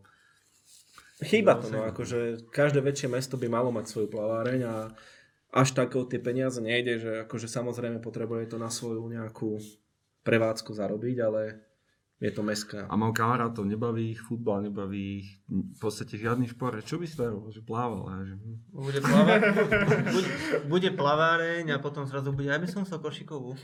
Chýba to, no, akože každé väčšie mesto by malo mať svoju plaváreň a až tak o tie peniaze nejde, že akože samozrejme potrebuje to na svoju nejakú prevádzku zarobiť, ale je to mestská. A mám kamarátov, nebaví ich futbal, nebaví ich v podstate žiadny šport. Čo by si to robil? Že plával? Že... Bude, plavá... bude, bude plaváreň a potom zrazu bude, ja by som chcel košikovú.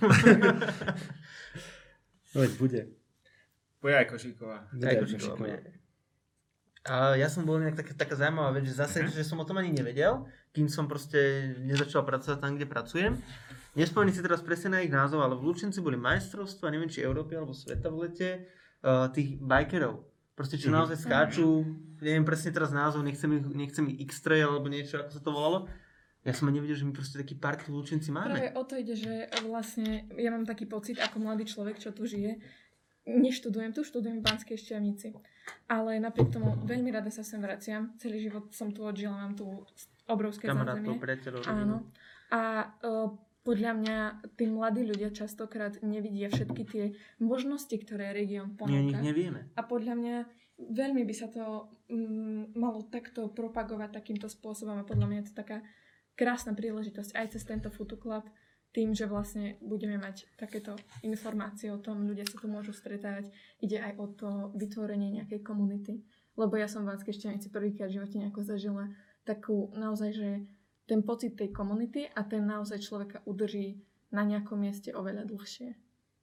No veď bude. Bude aj košiková. Bude aj košiková. Bude. A ja som bol nejak taká, taká zaujímavá vec, že zase, uh-huh. že som o tom ani nevedel, kým som proste nezačal pracovať tam, kde pracujem. Nespomínam si teraz presne na ich názov, ale v Lučenci boli majstrovstvá, neviem či Európy alebo sveta v lete, uh, tých bikerov. Proste čo uh-huh. naozaj skáču, neviem presne teraz názov, nechcem ich, nechcem ich X-Tray alebo niečo, ako sa to volalo. Ja som ani nevedel, že my proste taký park v Lučenci máme. Práve o to ide, že vlastne ja mám taký pocit ako mladý človek, čo tu žije. Neštudujem tu, študujem v Banskej Štiavnici. Ale napriek tomu veľmi rada sa sem vraciam. Celý život som tu odžila, mám tu obrovské Kamarátov, zázemie. priateľov. Áno. A uh, podľa mňa tí mladí ľudia častokrát nevidia všetky tie možnosti, ktoré región My o nich ponúka. nevieme. A podľa mňa veľmi by sa to mm, malo takto propagovať takýmto spôsobom a podľa mňa je to taká krásna príležitosť aj cez tento Futu Club, tým, že vlastne budeme mať takéto informácie o tom, ľudia sa tu môžu stretávať. Ide aj o to vytvorenie nejakej komunity. Lebo ja som v Banskej Štiavnici prvýkrát v živote nejako zažila takú naozaj, že ten pocit tej komunity a ten naozaj človeka udrží na nejakom mieste oveľa dlhšie.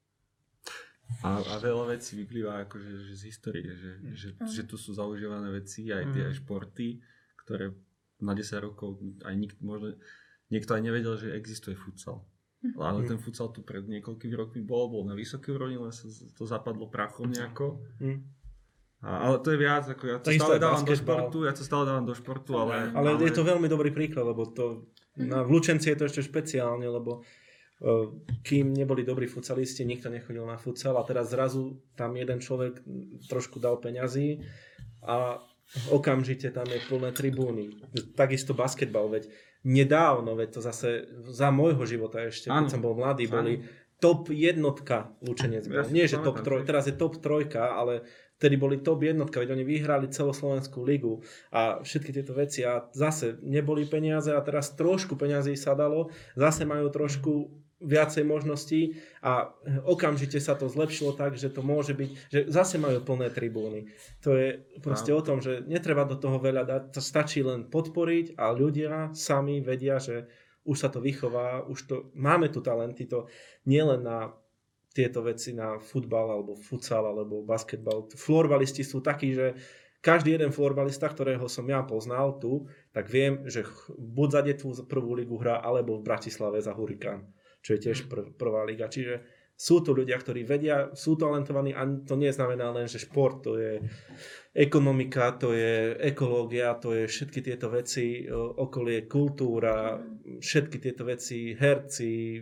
A, a veľa vecí vyplýva akože, že z histórie, že, že, Mm. že tu sú zaužívané veci, aj tie Mm. aj športy, ktoré na desať rokov aj nikto, možno, niekto aj nevedel, že existuje futsal. Ale ten futsal tu pred niekoľkými rokmi bol, bol na vysokej úrovni, len sa to zapadlo prachom nejako. Hm. A, ale to je viac, ako ja to Takisto stále aj dávam do basketbal. športu, ja to stále dávam do športu, ale... Ale je to veľmi dobrý príklad, lebo to na v Lučenci je to ešte špeciálne, lebo uh, kým neboli dobrí futsalisti, nikto nechodil na futsal a teraz zrazu tam jeden človek trošku dal peňazí a okamžite tam je plné tribúny. Takisto basketbal, veď nedávno, veď to zase za môjho života ešte, keď Áno. som bol mladý, Áno. boli top jednotka Lučenec bol. Ja si Nie, to že top pamätám, troj, tiež. teraz je top trojka, ale vtedy boli top jednotka, veď oni vyhrali celoslovenskú ligu a všetky tieto veci a zase neboli peniaze a teraz trošku peniazí sa dalo, zase majú trošku viacej možností a okamžite sa to zlepšilo tak, že to môže byť, že zase majú plné tribúny. To je proste o tom, že netreba do toho veľa dať, to stačí len podporiť a ľudia sami vedia, že už sa to vychová, už to, máme tu talenty, to nielen na tieto veci, na futbal alebo futsal alebo basketbal. Florbalisti sú takí, že každý jeden florbalista, ktorého som ja poznal tu, tak viem, že ch- buď za Detvu prvú ligu hrá, alebo v Bratislave za Hurikán, čo je tiež pr- prvá liga. Čiže sú tu ľudia, ktorí vedia, sú talentovaní a to neznamená len, že šport, to je ekonomika, to je ekológia, to je všetky tieto veci, e, okolie, kultúra, všetky tieto veci, herci, e,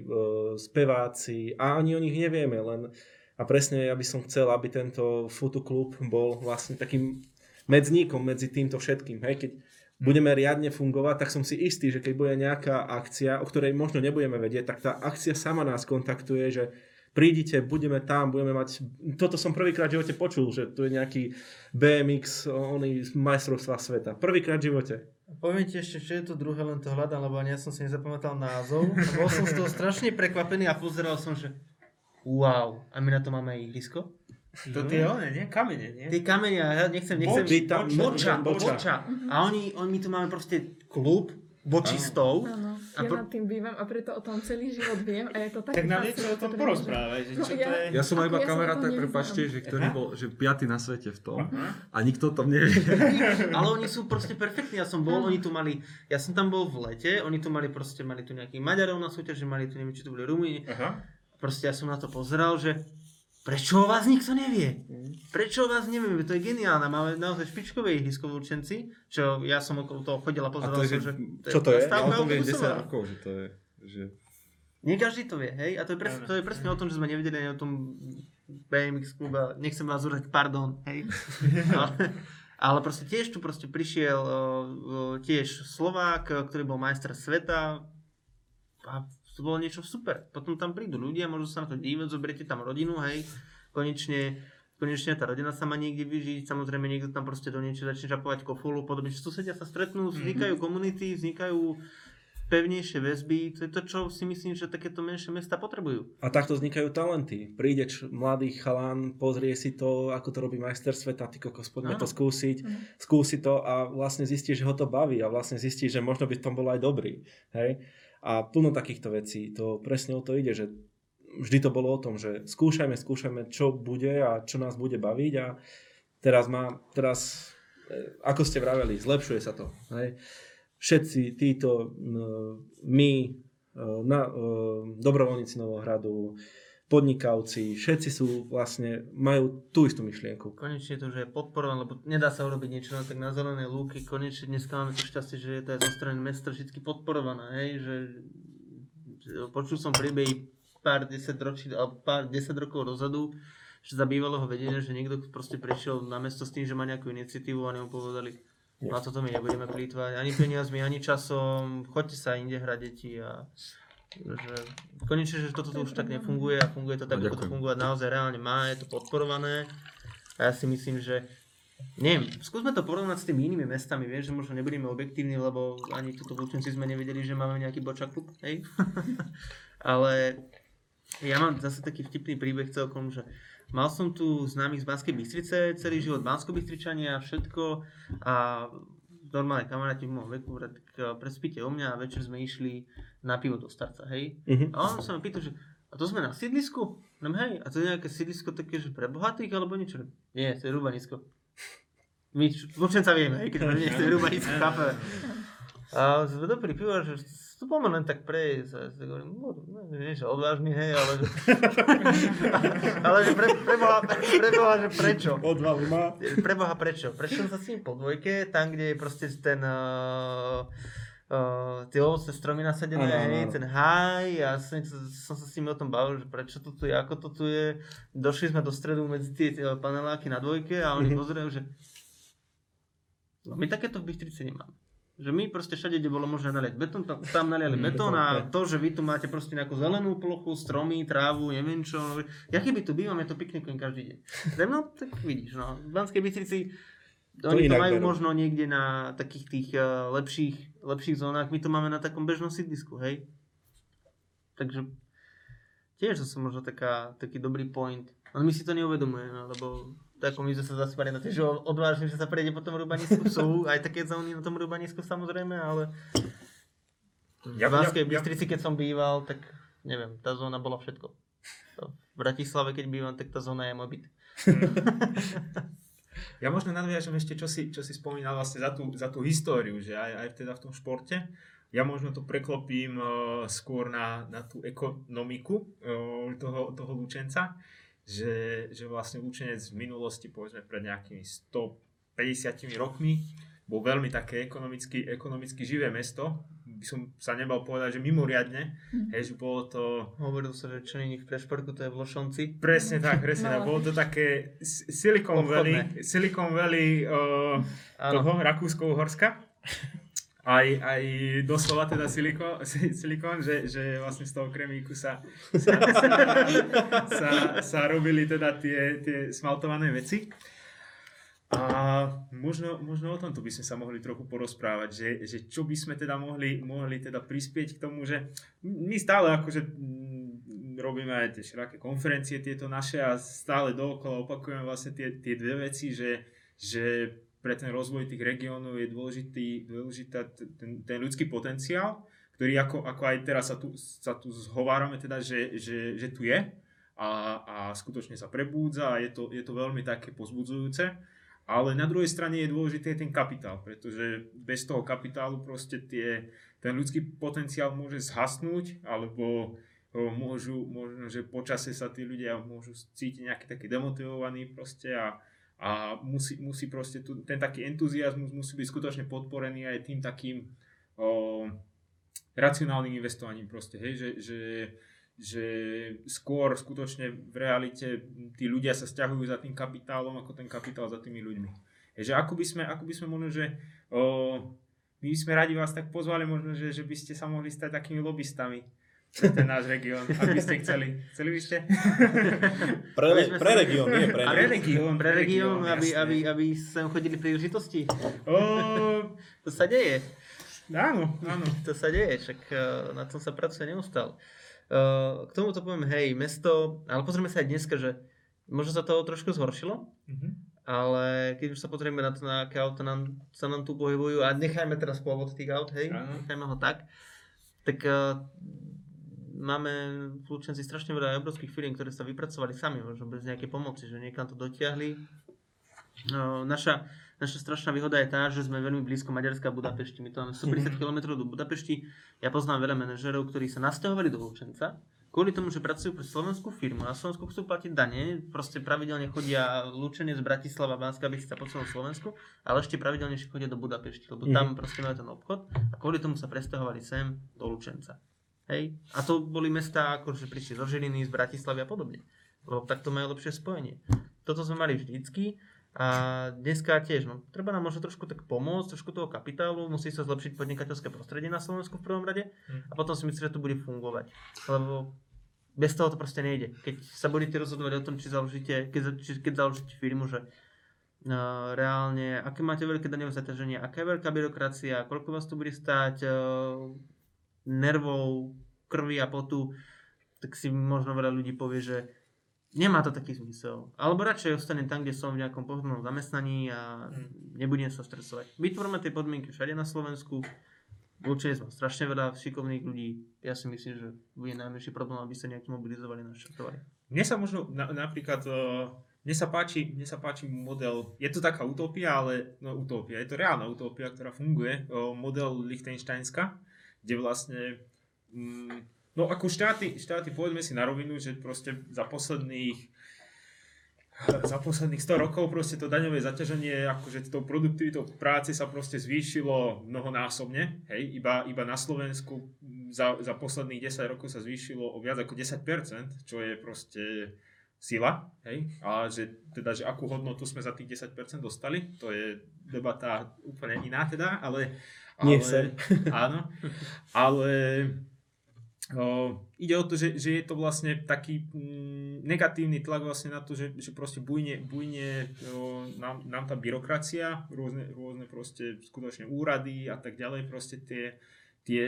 speváci a ani o nich nevieme, len a presne ja by som chcel, aby tento Futu klub bol vlastne takým medzníkom medzi týmto všetkým. Hej, keď budeme riadne fungovať, tak som si istý, že keď bude nejaká akcia, o ktorej možno nebudeme vedieť, tak tá akcia sama nás kontaktuje, že prídite, budeme tam, budeme mať... Toto som prvýkrát v živote počul, že tu je nejaký bé em iks, oný z majstrovstva sveta. Prvýkrát v živote. Poviem ti ešte, čo je to druhé, len to hľadám, lebo ani ja som si nezapamätal názov. A bol som z toho strašne prekvapený a pozeral som, že wow, a my na to máme aj ihrisko? To tie one, nie? Kamene, nie? Tie kamene, ja nechcem, nechcem... Boč, tam, Boča, boča. boča. A oni, oni my tu máme proste klub bočistov. Áno, A ja pro- nad tým bývam a preto o tom celý život viem a je to tak Tak nám niečo o tom fascinujúce, porozprávaj, že No, čo to ja- je... Ja som Ako aj iba ja sa kamarát, o tom tak nevyznám. prepáčte, že ktorý Aha. bol že piaty na svete v tom Aha. a nikto o tom nevie. Ale oni sú proste perfektní, ja som bol, Áno. oni tu mali, ja som tam bol v lete, oni tu mali proste, mali tu nejakých Maďarov na súťaži, mali tu neviem, či to boli Rumíni. Aha. Proste ja som na to pozeral, že prečo o vás nikto nevie? Prečo o vás nevieme? To je geniálne. Máme naozaj špičkové ihrisko v Lučenci, čo ja som okolo toho chodil a A pozeral to je, som, že, že... čo to je? ja zastávka o tom viem autobusová. desať rokov, že to je, že Nie každý to vie, hej? A to je, presne, to je presne o tom, že sme nevedeli ani o tom bé em iks kluba. Nechcem vás urať, pardon, hej? ale, ale proste tiež tu proste prišiel uh, uh, tiež Slovák, ktorý bol majster sveta a to bolo niečo super. Potom tam prídu ľudia, môžu sa na to dívať, zoberiete tam rodinu, hej? Konečne, konečne tá rodina sa má niekde vyžiť, samozrejme niekto tam proste do niečo začne žapovať kofolu, podobne, že susedia sa stretnú, vznikajú komunity, vznikajú pevnejšie väzby, to je to, čo si myslím, že takéto menšie mesta potrebujú. A takto vznikajú talenty. Príde č- mladý chalán, pozrie si to, ako to robí majster sveta, ty kokos, poďme Áno. to skúsiť, Mhm. skúsi to a vlastne zistí, že ho to baví a vlastne zistí, že možno by v tom bol aj dobrý. Hej? A plno takýchto vecí, to presne o to ide, že vždy to bolo o tom, že skúšajme, skúšajme, čo bude a čo nás bude baviť a teraz má, teraz, e, ako ste vraveli, zlepšuje sa to. Hej? Všetci títo, m, my, e, na, e, dobrovoľníci Novohradu, podnikavci, všetci sú vlastne, majú tú istú myšlienku. Konečne to už je podporované, lebo nedá sa urobiť niečo len tak na zelenej lúky. Konečne dneska máme to šťastie, že je to aj zo strany mesta vždy podporované, hej, že, že počul som príbehy pár desať ročí, alebo pár desať rokov dozadu, že za bývalého vedenia, že niekto proste prišiel na mesto s tým, že má nejakú iniciatívu a oni mu povedali, no a toto my nebudeme plýtvať ani peniazmi, ani časom, choďte sa inde hrať deti a že konečne, že toto tu už tak nefunguje a funguje to tak, No, ako to fungovať naozaj reálne má, je to podporované a ja si myslím, že neviem, skúsme to porovnať s tými inými mestami, vieš, že možno nebudeme objektívni, lebo ani tuto v Lučenci sme nevedeli, že máme nejaký bočak klub, hej? Ale ja mám zase taký vtipný príbeh celkom, že mal som tu známych z Banskej Bystrice, celý život Banskobystričania a všetko a normálne kamaráti v môjom veku, tak prespíte o mňa a večer sme išli na pivo do Starca, hej? Mhm. A on sa ma pýtal, že a to sme na sídlisku? No hej, a to je nejaké sídlisko také, že pre bohatých alebo niečo? Nie, to je Rúbanisko. My Lučenca vieme, hej, keď sme nie, to je Rúbanisko, chápeme. A sme to pri pivo, že to poďme len tak prejsť. A ja si hovorím, no, nie, že odvážny, hej, ale že... ale že pre, preboha, preboha, že prečo? Odvahu má. Preboha, prečo? Prešiel som sa s ním po dvojke, tam, kde je proste ten... Uh, uh, tie ovocné stromy nasadené, Ano, hej, ano. ten háj, a som, som sa s nimi o tom bavil, že prečo to tu je, ako to tu je. Došli sme do stredu medzi tie, tie paneláky na dvojke a oni Mhm. pozerajú, že no my takéto v Bystrici nemáme. Že my proste všade, kde bolo možné naliať betón, tam, tam naliali betón a to, že vy tu máte proste nejakú zelenú plochu, stromy, trávu, neviem čo. Ja keby tu bývam, je to piknikujem každý deň. No tak vidíš, no. V Banskej Bystrici To oni to inak majú berú. možno niekde na takých tých uh, lepších, lepších zónach, my to máme na takom bežnom sídlisku, hej. Takže tiež to sú možno taká, taký dobrý point. Ale my si to neuvedomujeme, lebo tak ako my sme sa zaspali na to, že odvážne, že sa prejde po tom Rúbanisku. Sú aj také zóny na tom Rúbanisku samozrejme, ale v Ja- Banskej ja- ja- Bystrici, keď som býval, tak neviem, tá zóna bola všetko. V Bratislave, keď bývam, tak tá zóna je môj byt. Ja možno nadviažem ešte, čo si, čo si spomínal vlastne za tú, za tú históriu, že aj, aj teda v tom športe. Ja možno to preklopím uh, skôr na, na tú ekonomiku uh, toho, toho Lučenca, že, že vlastne Lučenec v minulosti, povedzme pred nejakými stopäťdesiatimi rokmi, bol veľmi také ekonomicky, ekonomicky živé mesto. By som sa nebal povedať, že mimoriadne. Mhm. Hej, že bolo to... Hovoril sa, že čo není v Prešporku, to je v Lošonci. Presne tak, presne No. tak. Bolo to také S- Silicon Valley, Obchodné. Silicon Valley uh, Áno. toho Rakúsko-Uhorska. Aj, aj doslova teda siliko, si- silikon, že, že vlastne z toho kremíku sa, sa, sa, sa, sa robili teda tie, tie smaltované veci. A možno, možno o tomto by sme sa mohli trochu porozprávať, že, že čo by sme teda mohli, mohli teda prispieť k tomu, že my stále akože mm, robíme aj tie všelijaké konferencie tieto naše a stále dookola opakujeme vlastne tie, tie dve veci, že, že pre ten rozvoj tých regiónov je dôležitý, dôležitá ten, ten ľudský potenciál, ktorý ako, ako aj teraz sa tu, sa tu zhovárame teda, že, že, že tu je a, a skutočne sa prebúdza a je to, je to veľmi také pozbudzujúce. Ale na druhej strane je dôležitý ten kapitál, pretože bez toho kapitálu proste tie, ten ľudský potenciál môže zhasnúť, alebo o, môžu, možno, že počase sa tí ľudia môžu cítiť nejaký taký demotivovaný proste a, a musí, musí proste tu, ten taký entuziasmus musí byť skutočne podporený aj tým takým o, racionálnym investovaním proste, hej, že, že že skôr skutočne v realite tí ľudia sa sťahujú za tým kapitálom ako ten kapitál za tými ľuďmi. Je, že ako by sme, ako by sme možno, že o, my by sme radi vás tak pozvali možno, že, že by ste sa mohli stať takými lobbystami pre ten náš región, ak by ste chceli. Chceli by ste? Pre, pre región, nie pre Pre nás. región, Pre región, aby, jasné. aby, aby sem chodili príležitosti. O, To sa deje. áno, áno. To sa deje, však eh, na tom sa pracuje neustále. Uh, k tomu to poviem, hej, mesto, ale pozrieme sa aj dneska, že možno sa to trošku zhoršilo, Mhm. ale keď už sa pozrieme na to, na aké auta nám, sa nám tu pohybujú a nechajme teraz pôvod tých aut, hej, Áno. nechajme ho tak, tak uh, máme v Lučenci strašne veľa obrovských firiem, ktoré sa vypracovali sami, možno bez nejakej pomoci, že niekam to dotiahli. Uh, naša, naša strašná výhoda je tá, že sme veľmi blízko Maďarska a Budapešti. My to máme stopäťdesiat kilometrov do Budapešti. Ja poznám veľa manažerov, ktorí sa nasťahovali do Lučenca kvôli tomu, že pracujú pre slovenskú firmu. Na Slovensku chcú platiť dane, proste pravidelne chodia Lučenec, Bratislava, Banská Bystrica po celom Slovensku, ale ešte pravidelne chodia do Budapešti, lebo tam proste majú ten obchod a kvôli tomu sa presťahovali sem do Lučenca. Hej? A to boli mestá, akože prišli zo Žiliny, z Bratislavy a podobne. lebo takto majú lepšie spojenie. Toto sme mali vždycky a dneska tiež, no, treba nám možno trošku tak pomôcť, trošku toho kapitálu, musí sa zlepšiť podnikateľské prostredie na Slovensku v prvom rade a potom si myslím, že to bude fungovať. Lebo bez toho to proste nejde. Keď sa budete rozhodovať o tom, či založíte, keď, či, keď založíte firmu, že uh, reálne, aké máte veľké daňové zaťaženie, aká je veľká byrokracia, koľko vás to bude stáť uh, nervov, krvi a potu, tak si možno veľa ľudí povie, že nemá to taký zmysel. Alebo radšej ostanem tam, kde som v nejakom pohodlnom zamestnaní a nebudem sa stresovať. Vytvoríme tie podmienky všade na Slovensku. Určite mám strašne veľa šikovných ľudí. Ja si myslím, že bude najmenší problém, aby sa nejak mobilizovali na štartovali. Mne sa možno na, napríklad, uh, mne sa páči, mne sa páči model, je to taká utopia, ale no utopia, je to reálna utopia, ktorá funguje, uh, model Lichtensteinska, kde vlastne um, no ako štáty, štáty, povedzme si na rovinu, že proste za posledných za posledných sto rokov proste to daňové zaťaženie, akože tou produktivitou práce sa proste zvýšilo mnohonásobne, hej, iba, iba na Slovensku za, za posledných desať rokov sa zvýšilo o viac ako desať percent, čo je proste sila, hej, a že teda, že akú hodnotu sme za tých desať percent dostali, to je debata úplne iná teda, ale, ale Nie sem. áno, ale O, ide o to, že, že je to vlastne taký mm, negatívny tlak vlastne na to, že, že proste bujne, bujne o, nám, nám tá byrokracia, rôzne, rôzne proste skutočne úrady a tak ďalej, proste tie, tie,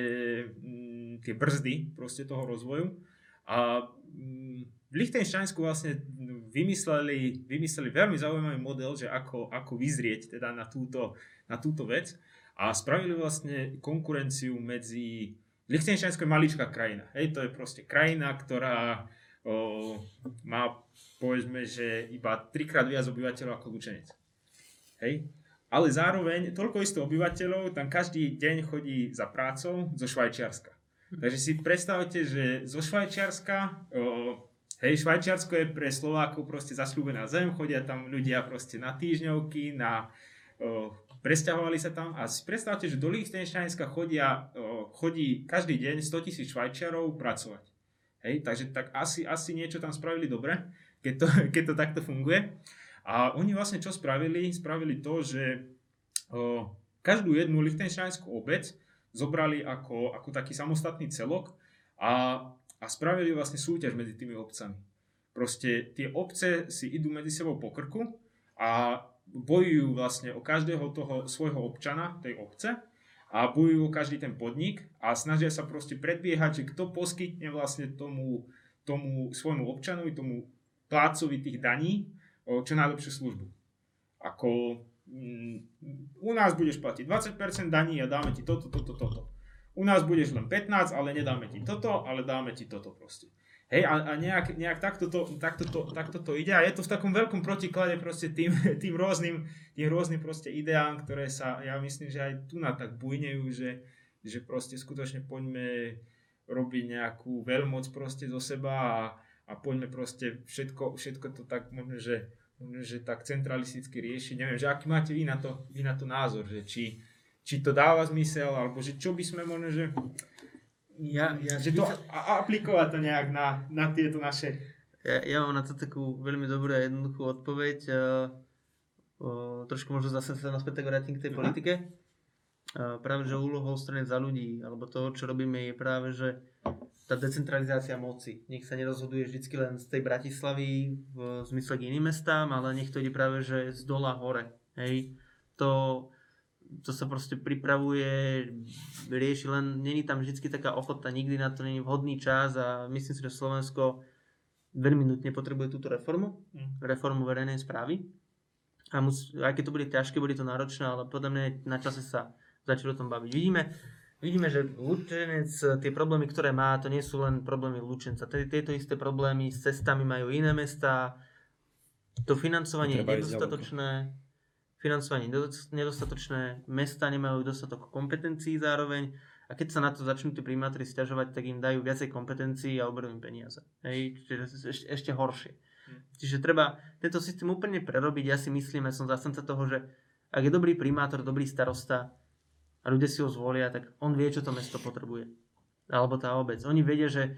mm, tie brzdy proste toho rozvoju. A mm, v Lichtensteinsku vlastne vymysleli, vymysleli veľmi zaujímavý model, že ako, ako vyzrieť teda na túto, na túto vec a spravili vlastne konkurenciu medzi Lichtensteinsko je maličká krajina, hej, to je proste krajina, ktorá o, má, povedzme, že iba trikrát viac obyvateľov ako Lučenec, hej, ale zároveň toľko isto obyvateľov tam každý deň chodí za prácou zo Švajčiarska. Takže si predstavte, že zo Švajčiarska, o, hej, Švajčiarsko je pre Slovákov proste zasľúbená zem, chodia tam ľudia proste na týždňovky, na o, presťahovali sa tam a si predstavte, že do Lichtensteinska chodia, chodí každý deň stotisíc Švajčiarov pracovať. Hej, takže tak asi, asi niečo tam spravili dobre, keď to, keď to takto funguje. A oni vlastne čo spravili? Spravili to, že o, každú jednu lichtensteinskú obec zobrali ako, ako taký samostatný celok a, a spravili vlastne súťaž medzi tými obcami. Proste tie obce si idú medzi sebou po krku a bojujú vlastne o každého toho svojho občana tej obce a bojujú o každý ten podnik a snažia sa proste predbiehať, že kto poskytne vlastne tomu, tomu svojmu občanovi, tomu plácovi tých daní čo najlepšiu službu. Ako mm, u nás budeš platiť dvadsať percent daní a dáme ti toto, toto, toto. U nás budeš len pätnásť, ale nedáme ti toto, ale dáme ti toto proste. Hej, a, a nejak, nejak takto, to, takto, to, takto to ide a je to v takom veľkom protiklade proste tým, tým rôznym, tým rôznym proste ideám, ktoré sa, ja myslím, že aj tu na tak bujnejú, že, že proste skutočne poďme robiť nejakú veľmoc proste zo seba a, a poďme proste všetko, všetko to tak možno, že, možno, že tak centralisticky riešiť. Neviem, že aký máte vy na to, vy na to názor, že či, či to dáva zmysel, alebo že čo by sme možno, že Ja, ja, že to a- aplikovať to nejak na, na tieto naše... Ja, ja mám na to takú veľmi dobrú a jednoduchú odpoveď. Uh, uh, trošku možno zase sa naspäť tak vrátim k tej politike. Uh, práve, že úlohou strany Za ľudí, alebo toho, čo robíme, je práve, že tá decentralizácia moci. Nech sa nerozhoduje vždycky len z tej Bratislavy v zmysle k iným mestám, ale nech to ide práve, že z dola hore. Hej. To... to sa proste pripravuje, rieši, len není tam vždy taká ochota, nikdy na to není vhodný čas a myslím si, že Slovensko veľmi nutne potrebuje túto reformu, mm. reformu verejnej správy. A mus, aj keď to bude ťažké, bude to náročné, ale podľa mňa na čase sa začali o tom baviť. Vidíme, vidíme, že Lučenec, tie problémy, ktoré má, to nie sú len problémy Lučenca. Tieto isté problémy s cestami majú iné mestá, to financovanie je nedostatočné. Financovanie nedostatočné, mesta nemajú dostatok kompetencií zároveň a keď sa na to začnú tí primátori sťažovať, tak im dajú viacej kompetencií a oberú im peniaze. Hej, čiže ešte, ešte horšie. Hmm. Čiže treba tento systém úplne prerobiť. Ja si myslím, ja som zástanca toho, že ak je dobrý primátor, dobrý starosta a ľudia si ho zvolia, tak on vie, čo to mesto potrebuje. Alebo tá obec. Oni vedia, že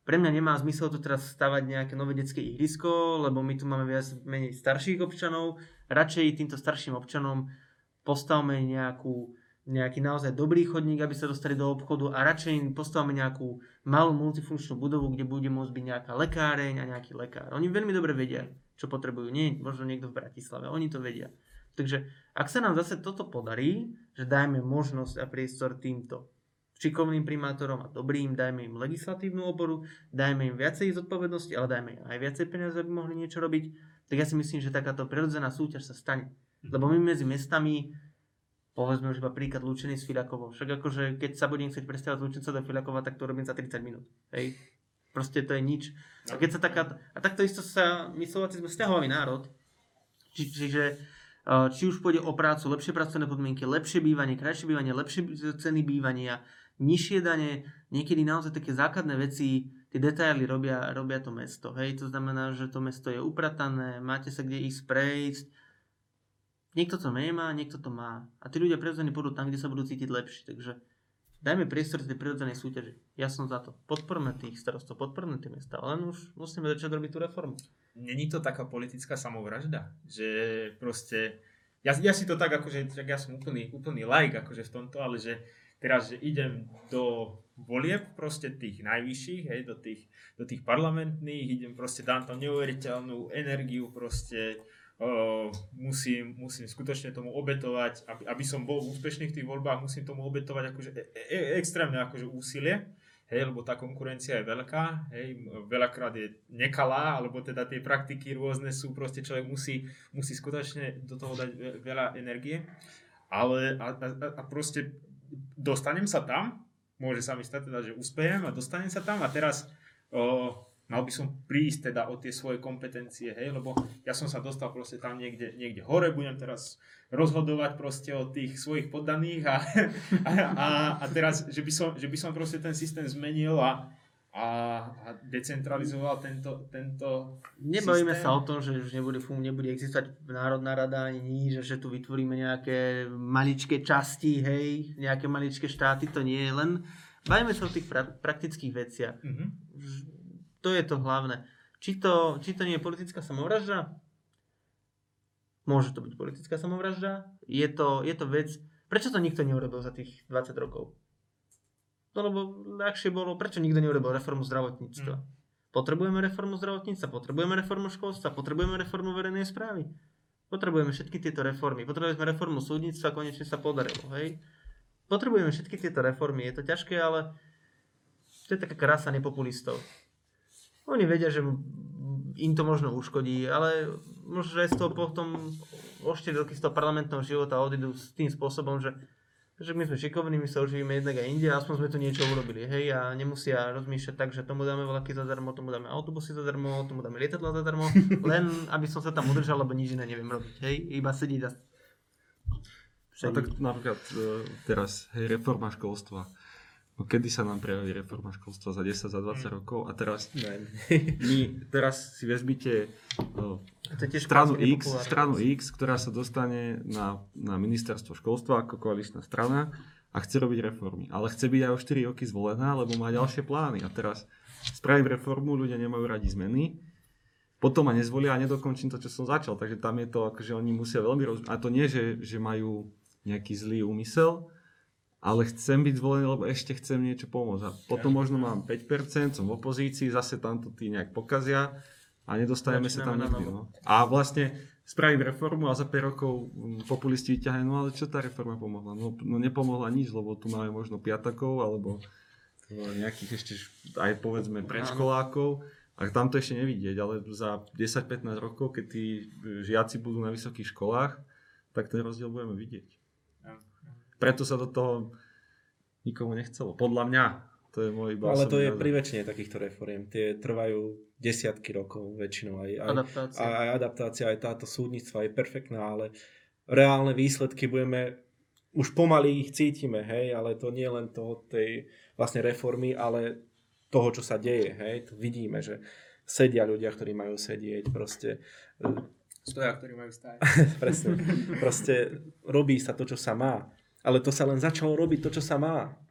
pre mňa nemá zmysel tu teraz stavať nejaké nové detské ihrisko, lebo my tu máme viac menej starších občanov. Radšej týmto starším občanom postavme nejakú, nejaký naozaj dobrý chodník, aby sa dostali do obchodu a radšej im postavme nejakú malú multifunkčnú budovu, kde bude môcť byť nejaká lekáreň a nejaký lekár. Oni veľmi dobre vedia, čo potrebujú. Nie možno niekto v Bratislave, oni to vedia. Takže ak sa nám zase toto podarí, že dajme možnosť a priestor týmto šikovným primátorom a dobrým, dajme im legislatívnu oporu, dajme im viacej zodpovednosti, ale dajme im aj viacej peniazy, aby mohli niečo robiť, tak ja si myslím, že takáto prirodzená súťaž sa stane. Lebo my medzi mestami, povedzme už iba príklad Lučenec s Fiľakovou, však akože keď sa budem chcieť predstavať z Lučenca do Fiľakova, tak to robím za tridsať minút. Hej. Proste to je nič. A keď sa taká, a takto isto sa, my Slováci sme vzťahový národ, či, čiže či už pôjde o prácu, lepšie pracovné podmienky, lepšie bývanie, krajšie bývanie, lepšie ceny bývania, nižšie dane, niekedy naozaj také základné veci, tie detaily robia, robia to mesto. Hej, to znamená, že to mesto je upratané, máte sa kde ísť prejsť. Niekto to nemá, niekto to má. A tí ľudia prirodzene pôjdu tam, kde sa budú cítiť lepšie. Takže dajme priestor tej prirodzenej súťaži. Ja som za to. Podporme tých starostov, podporme tie mesta, len už musíme začať robiť tú reformu. Není to taká politická samovražda, že proste, ja, ja si to tak akože, ja som úplný, úplný laik akože v tomto, ale že teraz, že idem do volieb proste tých najvyšších, hej, do tých, do tých parlamentných, idem proste, dám tam neuveriteľnú energiu, proste o, musím, musím skutočne tomu obetovať, aby, aby som bol úspešný v tých voľbách, musím tomu obetovať akože e, e, extrémne akože úsilie, hej, lebo tá konkurencia je veľká, hej, veľakrát je nekalá, alebo teda tie praktiky rôzne sú, proste človek musí, musí skutočne do toho dať veľa energie, ale a, a, a proste dostanem sa tam, môže sa mi stať teda, že uspejem a dostanem sa tam a teraz o, mal by som prísť teda o tie svoje kompetencie, hej, lebo ja som sa dostal proste tam niekde, niekde hore, budem teraz rozhodovať proste o tých svojich poddaných a, a, a, a teraz, že by, som, že by som proste ten systém zmenil a, a, a decentralizoval tento, tento Nebavíme systém. sa o tom, že už nebude, nebude existovať Národná rada ani nič, že, že tu vytvoríme nejaké maličké časti, hej, nejaké maličké štáty, to nie je len. Bavíme sa o tých pra- praktických veciach. Mm-hmm. To je to hlavné. Či to, či to nie je politická samovražda? Môže to byť politická samovražda. Je to, je to vec... Prečo to nikto neurobil za tých dvadsať rokov? No lebo ľahšie bolo, prečo nikto neurobil reformu zdravotníctva? Mm. Potrebujeme reformu zdravotníctva, potrebujeme reformu školstva, potrebujeme reformu verejnej správy. Potrebujeme všetky tieto reformy. Potrebujeme reformu súdnictva, konečne sa podarilo, hej? Potrebujeme všetky tieto reformy. Je to ťažké, ale to je taká krása nepopulistov. Oni vedia, že im to možno uškodí, ale možno, že aj z toho potom o štyri roky z toho parlamentného života odídu s tým spôsobom, že, že my sme šikovní, my sa uživíme jednak aj inde, aspoň sme tu niečo urobili, hej, a nemusia rozmýšľať tak, že tomu dáme vlaky zadarmo, tomu dáme autobusy zadarmo, tomu dáme lietadla zadarmo, len aby som sa tam udržal, lebo nič iné neviem robiť, hej, iba sedieť a... A tak napríklad teraz, hej, reforma školstva. No kedy sa nám prejaví reforma školstva? Za desať, za dvadsať rokov? A teraz my teraz si vezmite uh, stranu X, stranu X, ktorá sa dostane na, na ministerstvo školstva ako koaličná strana a chce robiť reformy. Ale chce byť aj o štyri roky zvolená, lebo má ďalšie plány. A teraz spravím reformu, ľudia nemajú radi zmeny, potom ma nezvolia a nedokončím to, čo som začal. Takže tam je to, akože oni musia veľmi rozumieť. A to nie, že, že majú nejaký zlý úmysel, ale chcem byť zvolený, lebo ešte chcem niečo pomôcť. A potom možno mám päť percent, som v opozícii, zase tam to tí nejak pokazia a nedostaneme sa tam nikdy. No. A vlastne spravím reformu a za päť rokov populisti vyťahajú, no ale čo tá reforma pomohla? No, no nepomohla nič, lebo tu máme možno piatakov, alebo nejakých ešte aj povedzme predškolákov. A tam to ešte nevidieť, ale za desať pätnásť rokov, keď tí žiaci budú na vysokých školách, tak ten rozdiel budeme vidieť. Preto sa do toho nikomu nechcelo. Podľa mňa. To je môj ale to je pri väčšine takýchto reforiem. Tie trvajú desiatky rokov väčšinou. Aj, aj, adaptácia. Aj, aj adaptácia, aj táto súdnictva je perfektná, ale reálne výsledky budeme, už pomaly ich cítime, hej, ale to nie len to tej vlastne reformy, ale toho, čo sa deje, hej. To vidíme, že sedia ľudia, ktorí majú sedieť, proste... Stoja, ktorí majú stáť. Presne. Proste robí sa to, čo sa má. Ale to sa len začalo robiť to, čo sa má.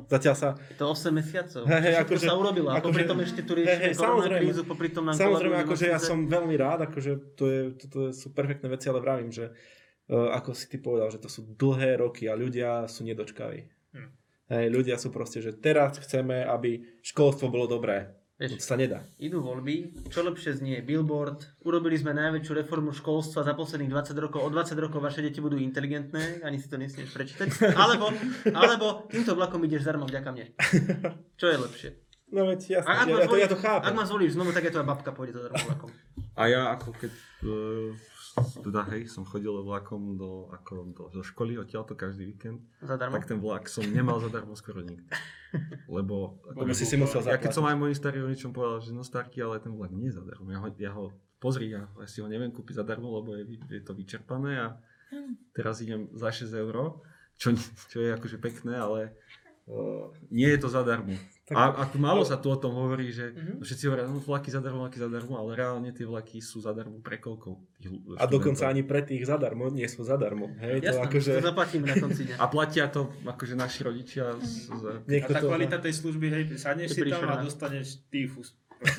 Zatiaľ sa... Je to osem mesiacov. Hej, hej, Všetko akože- sa urobilo. A akože- popri tom ešte tu hej, hej, riešime samozrejme. koronakrízu, popri tom nám Samozrejme, kolabujú akože ja nemocnice. som veľmi rád, akože to je, toto sú perfektné veci, ale vravím, že uh, ako si ty povedal, že to sú dlhé roky a ľudia sú nedočkaví. Hm. Hej, ľudia sú proste, že teraz chceme, aby školstvo bolo dobré. To Vieš, sa nedá. idú voľby, čo lepšie znie billboard, urobili sme najväčšiu reformu školstva za posledných dvadsať rokov, o dvadsať rokov vaše deti budú inteligentné, ani si to nesmieš prečítať, alebo, alebo týmto vlakom ideš zdarma vďaka mne. Čo je lepšie? No veď jasne, A ak ja, ma ja, to, zvolíš, ja to chápem. ak ma zvolíš znovu, tak aj tvoja babka pôjde zadarmo vlakom. A ja ako keď, uh, teda hej, som chodil vlakom do, ako do, do školy odtiaľto každý víkend, Zadarmo? tak ten vlak som nemal zadarmo skoro nikdy. Lebo, Lebo si si musel ja keď zaplatiť. som aj mojim starým rodičom povedal, že no starky, ale ten vlak nie je zadarmo. Ja ho, ja ho pozri, ja, ja si ho neviem kúpiť zadarmo, lebo je, je to vyčerpané a teraz idem za šesť eur, čo, čo je akože pekné, ale uh, nie je to zadarmo. A, a tu málo sa tu o tom hovorí, že Mhm. všetci hovoria, no vlaky zadarmo, vlaky zadarmo, ale reálne tie vlaky sú zadarmo pre koľko tých ľu- A dokonca študentov. ani pre tých zadarmo nie sú zadarmo. Hej, to Jasné, akože... to zaplatíme na konci dňa. A platia to akože naši rodičia. Z, z, A Niekto tá to... kvalita tej služby, hej, sadneš si tam a príšerná. dostaneš tyfus.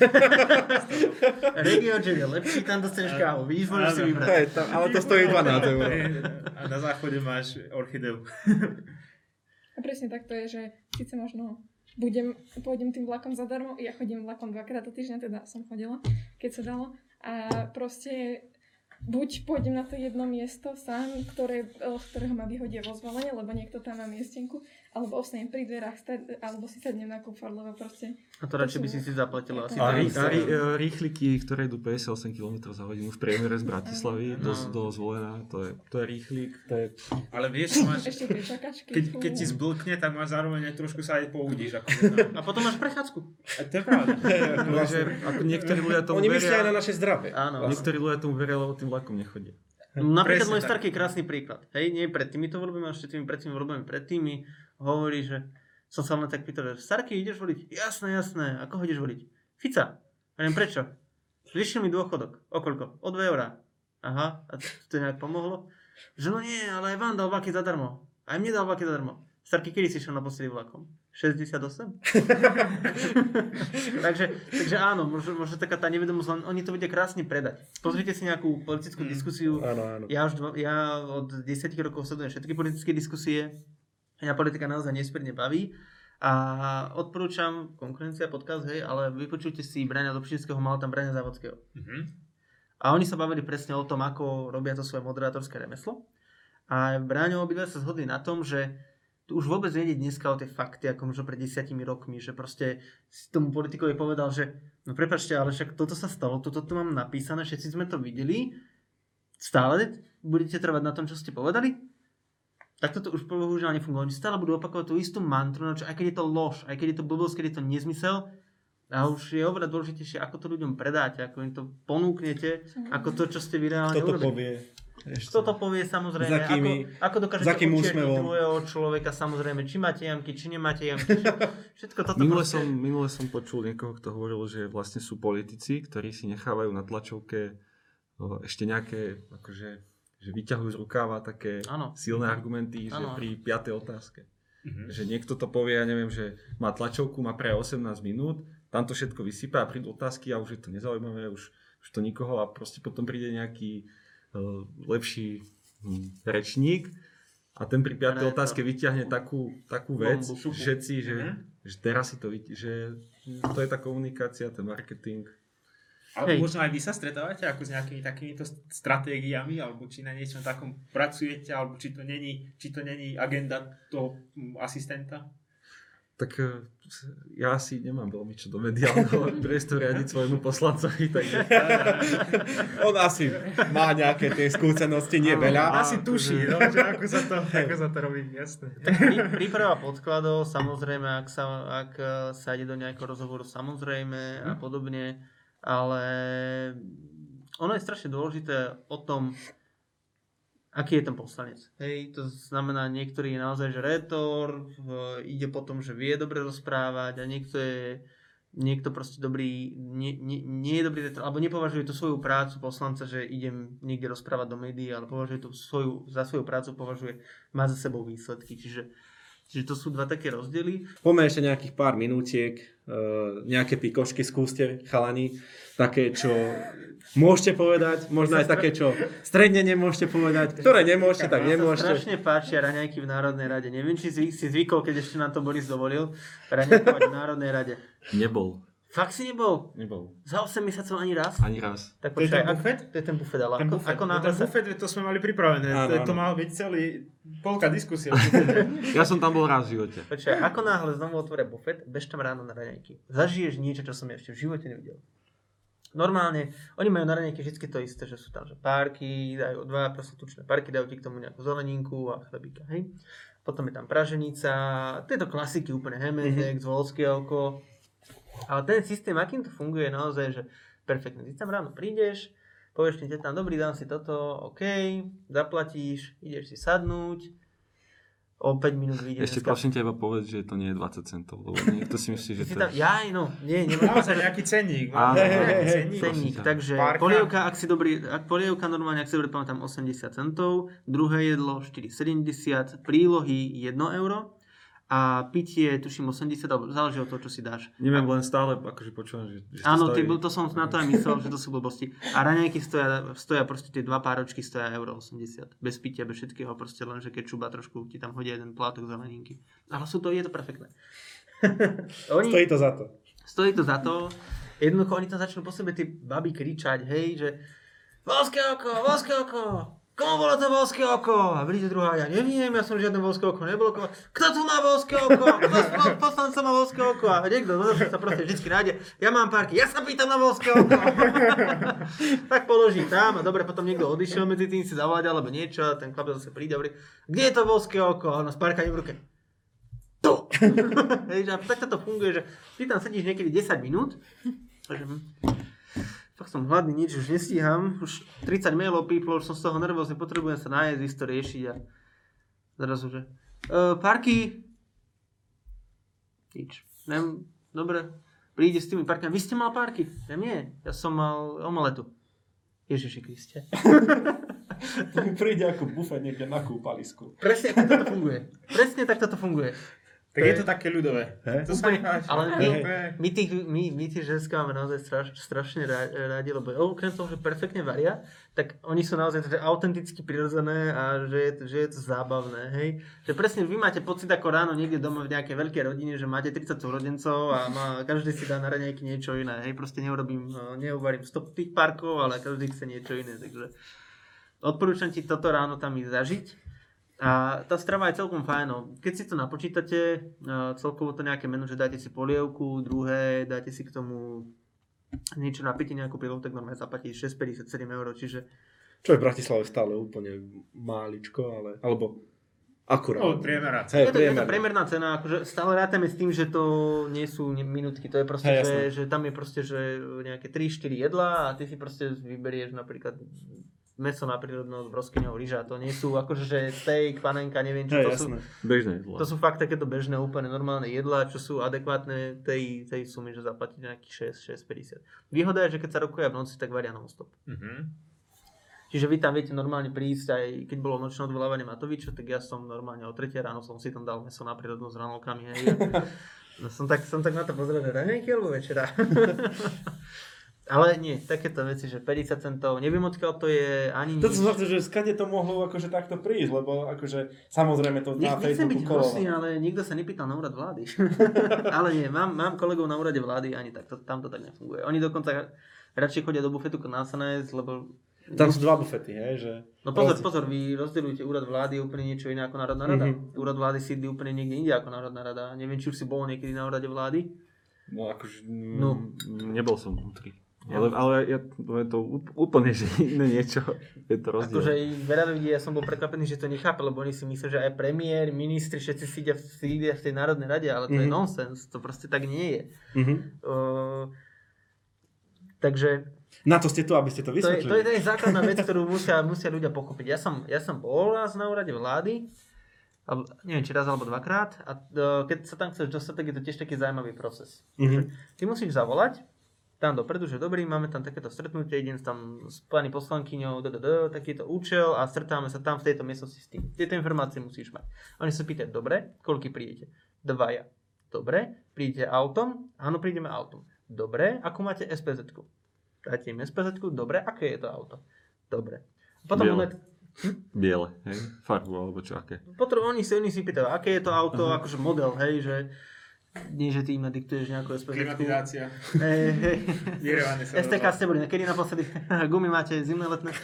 Regio Jet je lepší, tam dostaneš kávu, vidíš, môžeš si Áno. vybrať. Hej, tam, ale to stojí dvanásť eur. Hej, A na záchode máš orchideu. A presne tak to je, že síce možno budem, pôjdem tým vlakom zadarmo, ja chodím vlakom dvakrát do týždňa, teda som chodila, keď sa dalo. A proste buď pôjdem na to jedno miesto sám, ktoré, ktorého ma vyhodia vo zvolenie, lebo niekto tam má miestenku, alebo ostanem pri dverách, sta- alebo si sadnem na kufar, lebo proste... A to radšej by si si zaplatila asi a, to rí, isté. a rí, e, rýchliky, ktoré idú päťdesiatosem kilometrov za hodinu v priemere z Bratislavy do, No. do Zvolena, to je, to je rýchlik. To je... Ale vieš, máš, Ešte tie čakačky. keď, fú. keď ti zblkne, tak máš zároveň aj trošku sa aj poudíš. Ako A potom máš prechádzku. a to je pravda. Takže ako niektorí ľudia tomu Oni myslia aj na veria, naše zdravie. Áno. niektorí ľudia tomu veria, lebo tým vlakom nechodia. Napríklad Presne môj tak. starký je krásny príklad. Hej, nie pred týmito voľbami, ale ešte tými pred tými voľbami pred tými hovorí, že som sa len tak pýtal, že starký, ideš voliť? Jasné, jasné. Ako ho ideš voliť? Fica. A neviem prečo. Zvýšil mi dôchodok. O koľko? O dve eurá. Aha, a to, to nejak pomohlo? Že no nie, ale aj vám dal vlaky zadarmo. Aj mne dal vlaky zadarmo. Starký, kedy si šiel naposledy vlakom? šesťdesiatosem? takže, takže áno, možno, možno taká tá nevedomosť, len oni to vedia krásne predať. Pozrite si nejakú politickú diskusiu. Áno, áno. Ja už dva, ja od desať rokov sledujem všetky politické diskusie. Mňa politika naozaj nesmierne baví. A odporúčam konkurencia podcast, hej, ale vypočujte si Braňa Dobšinského, mal tam Braňa Závodského. Mhm. A oni sa bavili presne o tom, ako robia to svoje moderátorské remeslo. A Braňo obidva sa zhodli na tom, že tu už vôbec nejde dneska o tie fakty, ako možno pred desiatimi rokmi, že proste si tomu politikovi povedal, že no prepáčte, ale však toto sa stalo, toto tu mám napísané, všetci sme to videli, stále budete trvať na tom, čo ste povedali? Tak toto už bohužiaľ nefunguje. Oni stále budú opakovať tú istú mantru, no čo, aj keď je to lož, aj keď je to blbosť, keď je to nezmysel, a už je oveľa dôležitejšie, ako to ľuďom predáte, ako im to ponúknete, ako to, čo ste vy reálne Kto to urobili. povie? Ešte. Kto to povie, samozrejme, Za akými- ako, ako dokážete za akým odčierniť úsmevom. druhého človeka, samozrejme, či máte jamky, či nemáte jamky, všetko toto Minule proste... som, minule som počul niekoho, kto hovoril, že vlastne sú politici, ktorí si nechávajú na tlačovke o, ešte nejaké, akože, že vyťahujú z rukáva také Áno. silné argumenty, že Áno. pri piatej otázke. Mhm. Že niekto to povie, ja neviem, že má tlačovku, má pre osemnásť minút, tam to všetko vysypá a prídu otázky a už je to nezaujímavé, už, už to nikoho a proste potom príde nejaký uh, lepší hm, rečník a ten pri piatej Preto. otázke vyťahne takú, takú vec, Bombu. všetci, že, Mhm. že teraz si to vyťahne, že to je tá komunikácia, ten marketing. Ale Hej. možno aj vy sa stretávate ako s nejakými takýmito stratégiami, alebo či na niečom takom pracujete, alebo či to není, či to není agenda toho mm, asistenta? Tak eh, ja asi nemám veľmi čo do mediálneho priestoru riadiť svojmu poslancovi, takže On asi má nejaké tie skúsenosti, nie veľa. Asi tuší, no, že ako sa to, ako sa to robí, jasné. Prí- Príprava podkladov, samozrejme, ak sa, ak eh, sa ide do nejakého rozhovoru, samozrejme a podobne, ale ono je strašne dôležité o tom, aký je ten poslanec. Hej, to znamená, niektorý je naozaj že rétor, v- ide po tom, že vie dobre rozprávať a niekto je niekto proste dobrý, nie, nie, nie je dobrý rétor, alebo nepovažuje tú svoju prácu poslanca, že idem niekde rozprávať do médií, ale považuje tú svoju, za svoju prácu považuje, má za sebou výsledky. Čiže Čiže to sú dva také rozdiely. Poďme ešte nejakých pár minútiek, uh, nejaké pikošky skúste, chalani, také, čo môžete povedať, možno aj také, čo stredne nemôžete povedať, ktoré nemôžete, tak Mne sa nemôžete. strašne páčia raňajky v Národnej rade. Neviem, či si, si zvykol, keď ešte nám to Boris dovolil, raňajkovať v Národnej rade. Nebol. Fakt si nebol? Nebol. Za osem mesiacov ani raz? Ani raz. Tak To je počkaj, ten ak- bufet? To je ten bufet, ale Ten ako, bufet, ako no, náhle ten sa... bufet, to sme mali pripravené. Áno, to, to áno. mal byť celý, polka diskusia. Ja som tam bol raz v živote. Počkaj, ako náhle znovu otvoria bufet, bež tam ráno na raňajky. Zažiješ niečo, čo som ja ešte v živote nevidel. Normálne, oni majú na raňajky vždy to isté, že sú tam že párky, dajú dva proste tučné párky, dajú ti k tomu nejakú zeleninku a chlebíka, hej. Potom je tam praženica, tieto klasiky úplne, hemezek, mm-hmm. zvolské oko. Ale ten systém, akým to funguje, je naozaj, že perfektne. Ty tam ráno prídeš, povieš ti tam, dobrý, dám si toto, OK, zaplatíš, ideš si sadnúť, o päť minút vyjde Ešte prosím teba povedz, že to nie je dvadsať centov, lebo niekto si myslí, že Si to tam, je... jaj, no, nie, Má nemám sa nejaký cenník. Áno, Má hej, nejaký hej, hej, cenník. cenník, prosím ťa. takže Párka. polievka, ak si dobrý, ak polievka normálne, ak si dobre pamätám, osemdesiat centov, druhé jedlo štyri sedemdesiat, prílohy jedno euro a pitie, tuším, osemdesiat, alebo záleží od toho, čo si dáš. Neviem, len stále akože počúvam, že, že Áno, to ty, stojí... to som na to aj myslel, že to sú blbosti. A raňajky stoja, stoja proste tie dva páročky stoja euro osemdesiat. Bez pitia, bez všetkého, proste len, že kečuba trošku ti tam hodia jeden plátok zeleninky. Ale sú to, je to perfektné. Oni, Stojí to za to. stojí to za to. Jednoducho oni tam začnú po sebe tí baby kričať, hej, že Volské oko, volské oko, komu bolo to volské oko? A príde druhá, ja neviem, ja som žiadne volské oko nebolo. Kto tu má volské oko? Kto z poslanca má volské oko? A niekto sa proste vždycky nájde, ja mám párky, ja sa pýtam na volské oko. Tak položí tam a dobre, potom niekto odišiel medzi tým si zavolať alebo niečo a ten chlapec zase príde a hovorí, kde je to volské oko? A ono s párkami v ruke. Tu! Hej, a takto to funguje, že ty tam sedíš niekedy desať minút a že fakt som hladný, nič už nestíham, už tridsať mailov píplo, už som z toho nervózny, potrebujem sa nájsť, ísť to riešiť a zrazu, že e, parky, nič, neviem, dobre, príde s tými parkami, vy ste mal parky? Ja nie, ja som mal omeletu. Ježiši Kriste. Príde ako bufet niekde na kúpalisku. Presne takto to funguje, presne takto to funguje. Tak je to také ľudové. Hej. To sa mi páči. Ale my, Hej. my, tých, my, my tí ženská máme naozaj straš, strašne rá- rádi, lebo okrem toho, že perfektne varia, tak oni sú naozaj že autenticky prirodzené a že je, že je to zábavné, hej. Že presne vy máte pocit ako ráno niekde doma v nejakej veľkej rodine, že máte tridsať súrodencov a má, každý si dá na raňajky niečo iné, hej. Proste neurobím, neuvarím sto tých parkov, ale každý chce niečo iné, takže odporúčam ti toto ráno tam ísť zažiť. A tá strava je celkom fajn. Keď si to napočítate, celkovo to nejaké menu, že dáte si polievku, druhé, dáte si k tomu niečo na pitie, nejakú prílohu, tak normálne zaplatíte šesť päťdesiatsedem eur, čiže... Čo je v Bratislave stále úplne máličko, ale... Alebo akurát. No, priemerná Hej, Je to, je to priemerná. priemerná cena, akože stále rátame s tým, že to nie sú ne- minútky, to je proste, Hej, že, jasné. že tam je proste, že nejaké tri štyri jedlá a ty si proste vyberieš napríklad mäso na prírodnosť, broskyňou, ryža, to nie sú akože že steak, panenka, neviem čo, Hej, to sú, jasné. Bežné jedlo. to sú fakt takéto bežné, úplne normálne jedlá, čo sú adekvátne tej, tej sumy, že zaplatíte nejakých šesť, šesť päťdesiat. Výhoda je, že keď sa rokuje v noci, tak varia non-stop. Mhm. Čiže vy tam viete normálne prísť, aj keď bolo nočné odvolávanie Matoviča, tak ja som normálne o tretej ráno som si tam dal mäso na prírodnosť s hranolkami, hej. No, som, tak, som tak na to pozrel, že raňajky alebo večera. Ale nie, takéto veci, že päťdesiat centov, neviem odkiaľ to je, ani To nič. som zase, že skade to mohlo akože takto prísť, lebo akože samozrejme to Nech, na nechcem byť Facebooku hnusný, kolovalo. ale nikto sa nepýtal na úrad vlády. Ale nie, mám, mám kolegov na úrade vlády, ani tak, to, tam to tak nefunguje. Oni dokonca radšej chodia do bufetu, ako nás sa nájsť, lebo... Tam sú dva bufety, hej, že... No pozor, Rozdiel. pozor, vy rozdeľujete úrad vlády je úplne niečo iné ako Národná rada. Mhm. Úrad vlády sídli úplne niekde inde ako Národná rada. Neviem, či už si bol niekedy na úrade vlády. No akože... No. No. Nebol som vnútri. Ale, ale ja, to je to úp- úplne že iné niečo. Je to rozdiel. Akože veľa ľudí, ja som bol prekvapený, že to nechápe, lebo oni si myslia, že aj premiér, ministri, všetci sídia v, sídia v tej Národnej rade, ale to mm-hmm. je Mhm. nonsens, to proste tak nie je. Mhm. Uh, takže Na to ste tu, aby ste to to je, vysvetlili. to je, to je základná vec, ktorú musia, musia ľudia pochopiť. Ja som, ja som bol raz na úrade vlády, alebo, neviem, či raz alebo dvakrát, a uh, keď sa tam chceš dostať, tak je to tiež taký zaujímavý proces. Mhm. Ty musíš zavolať tam dopredu, že dobrý, máme tam takéto stretnutie, idem tam s pani poslankyňou, takýto účel a stretáme sa tam v tejto miestnosti s tým. Tieto informácie musíš mať. Oni sa pýtajú, dobre, koľky prídete? Dvaja. Dobre, prídete autom? Áno, prídeme autom. Dobre, ako máte es pé zetku? Dáte im es pé zetku? Dobre, aké je to auto? Dobre. Potom Biele. One... Hm? Biele, hej? Farbu alebo čo, aké? Potom oni si, oni si pýtajú, aké je to auto, uh-huh. akože model, hej, že nie, že ty im nadiktuješ nejakú es pé zetku. Klimatizácia. Hej, hej. Vyrevané sa. es té ká ste boli nekedy naposledy? Gumy máte zimné, letné?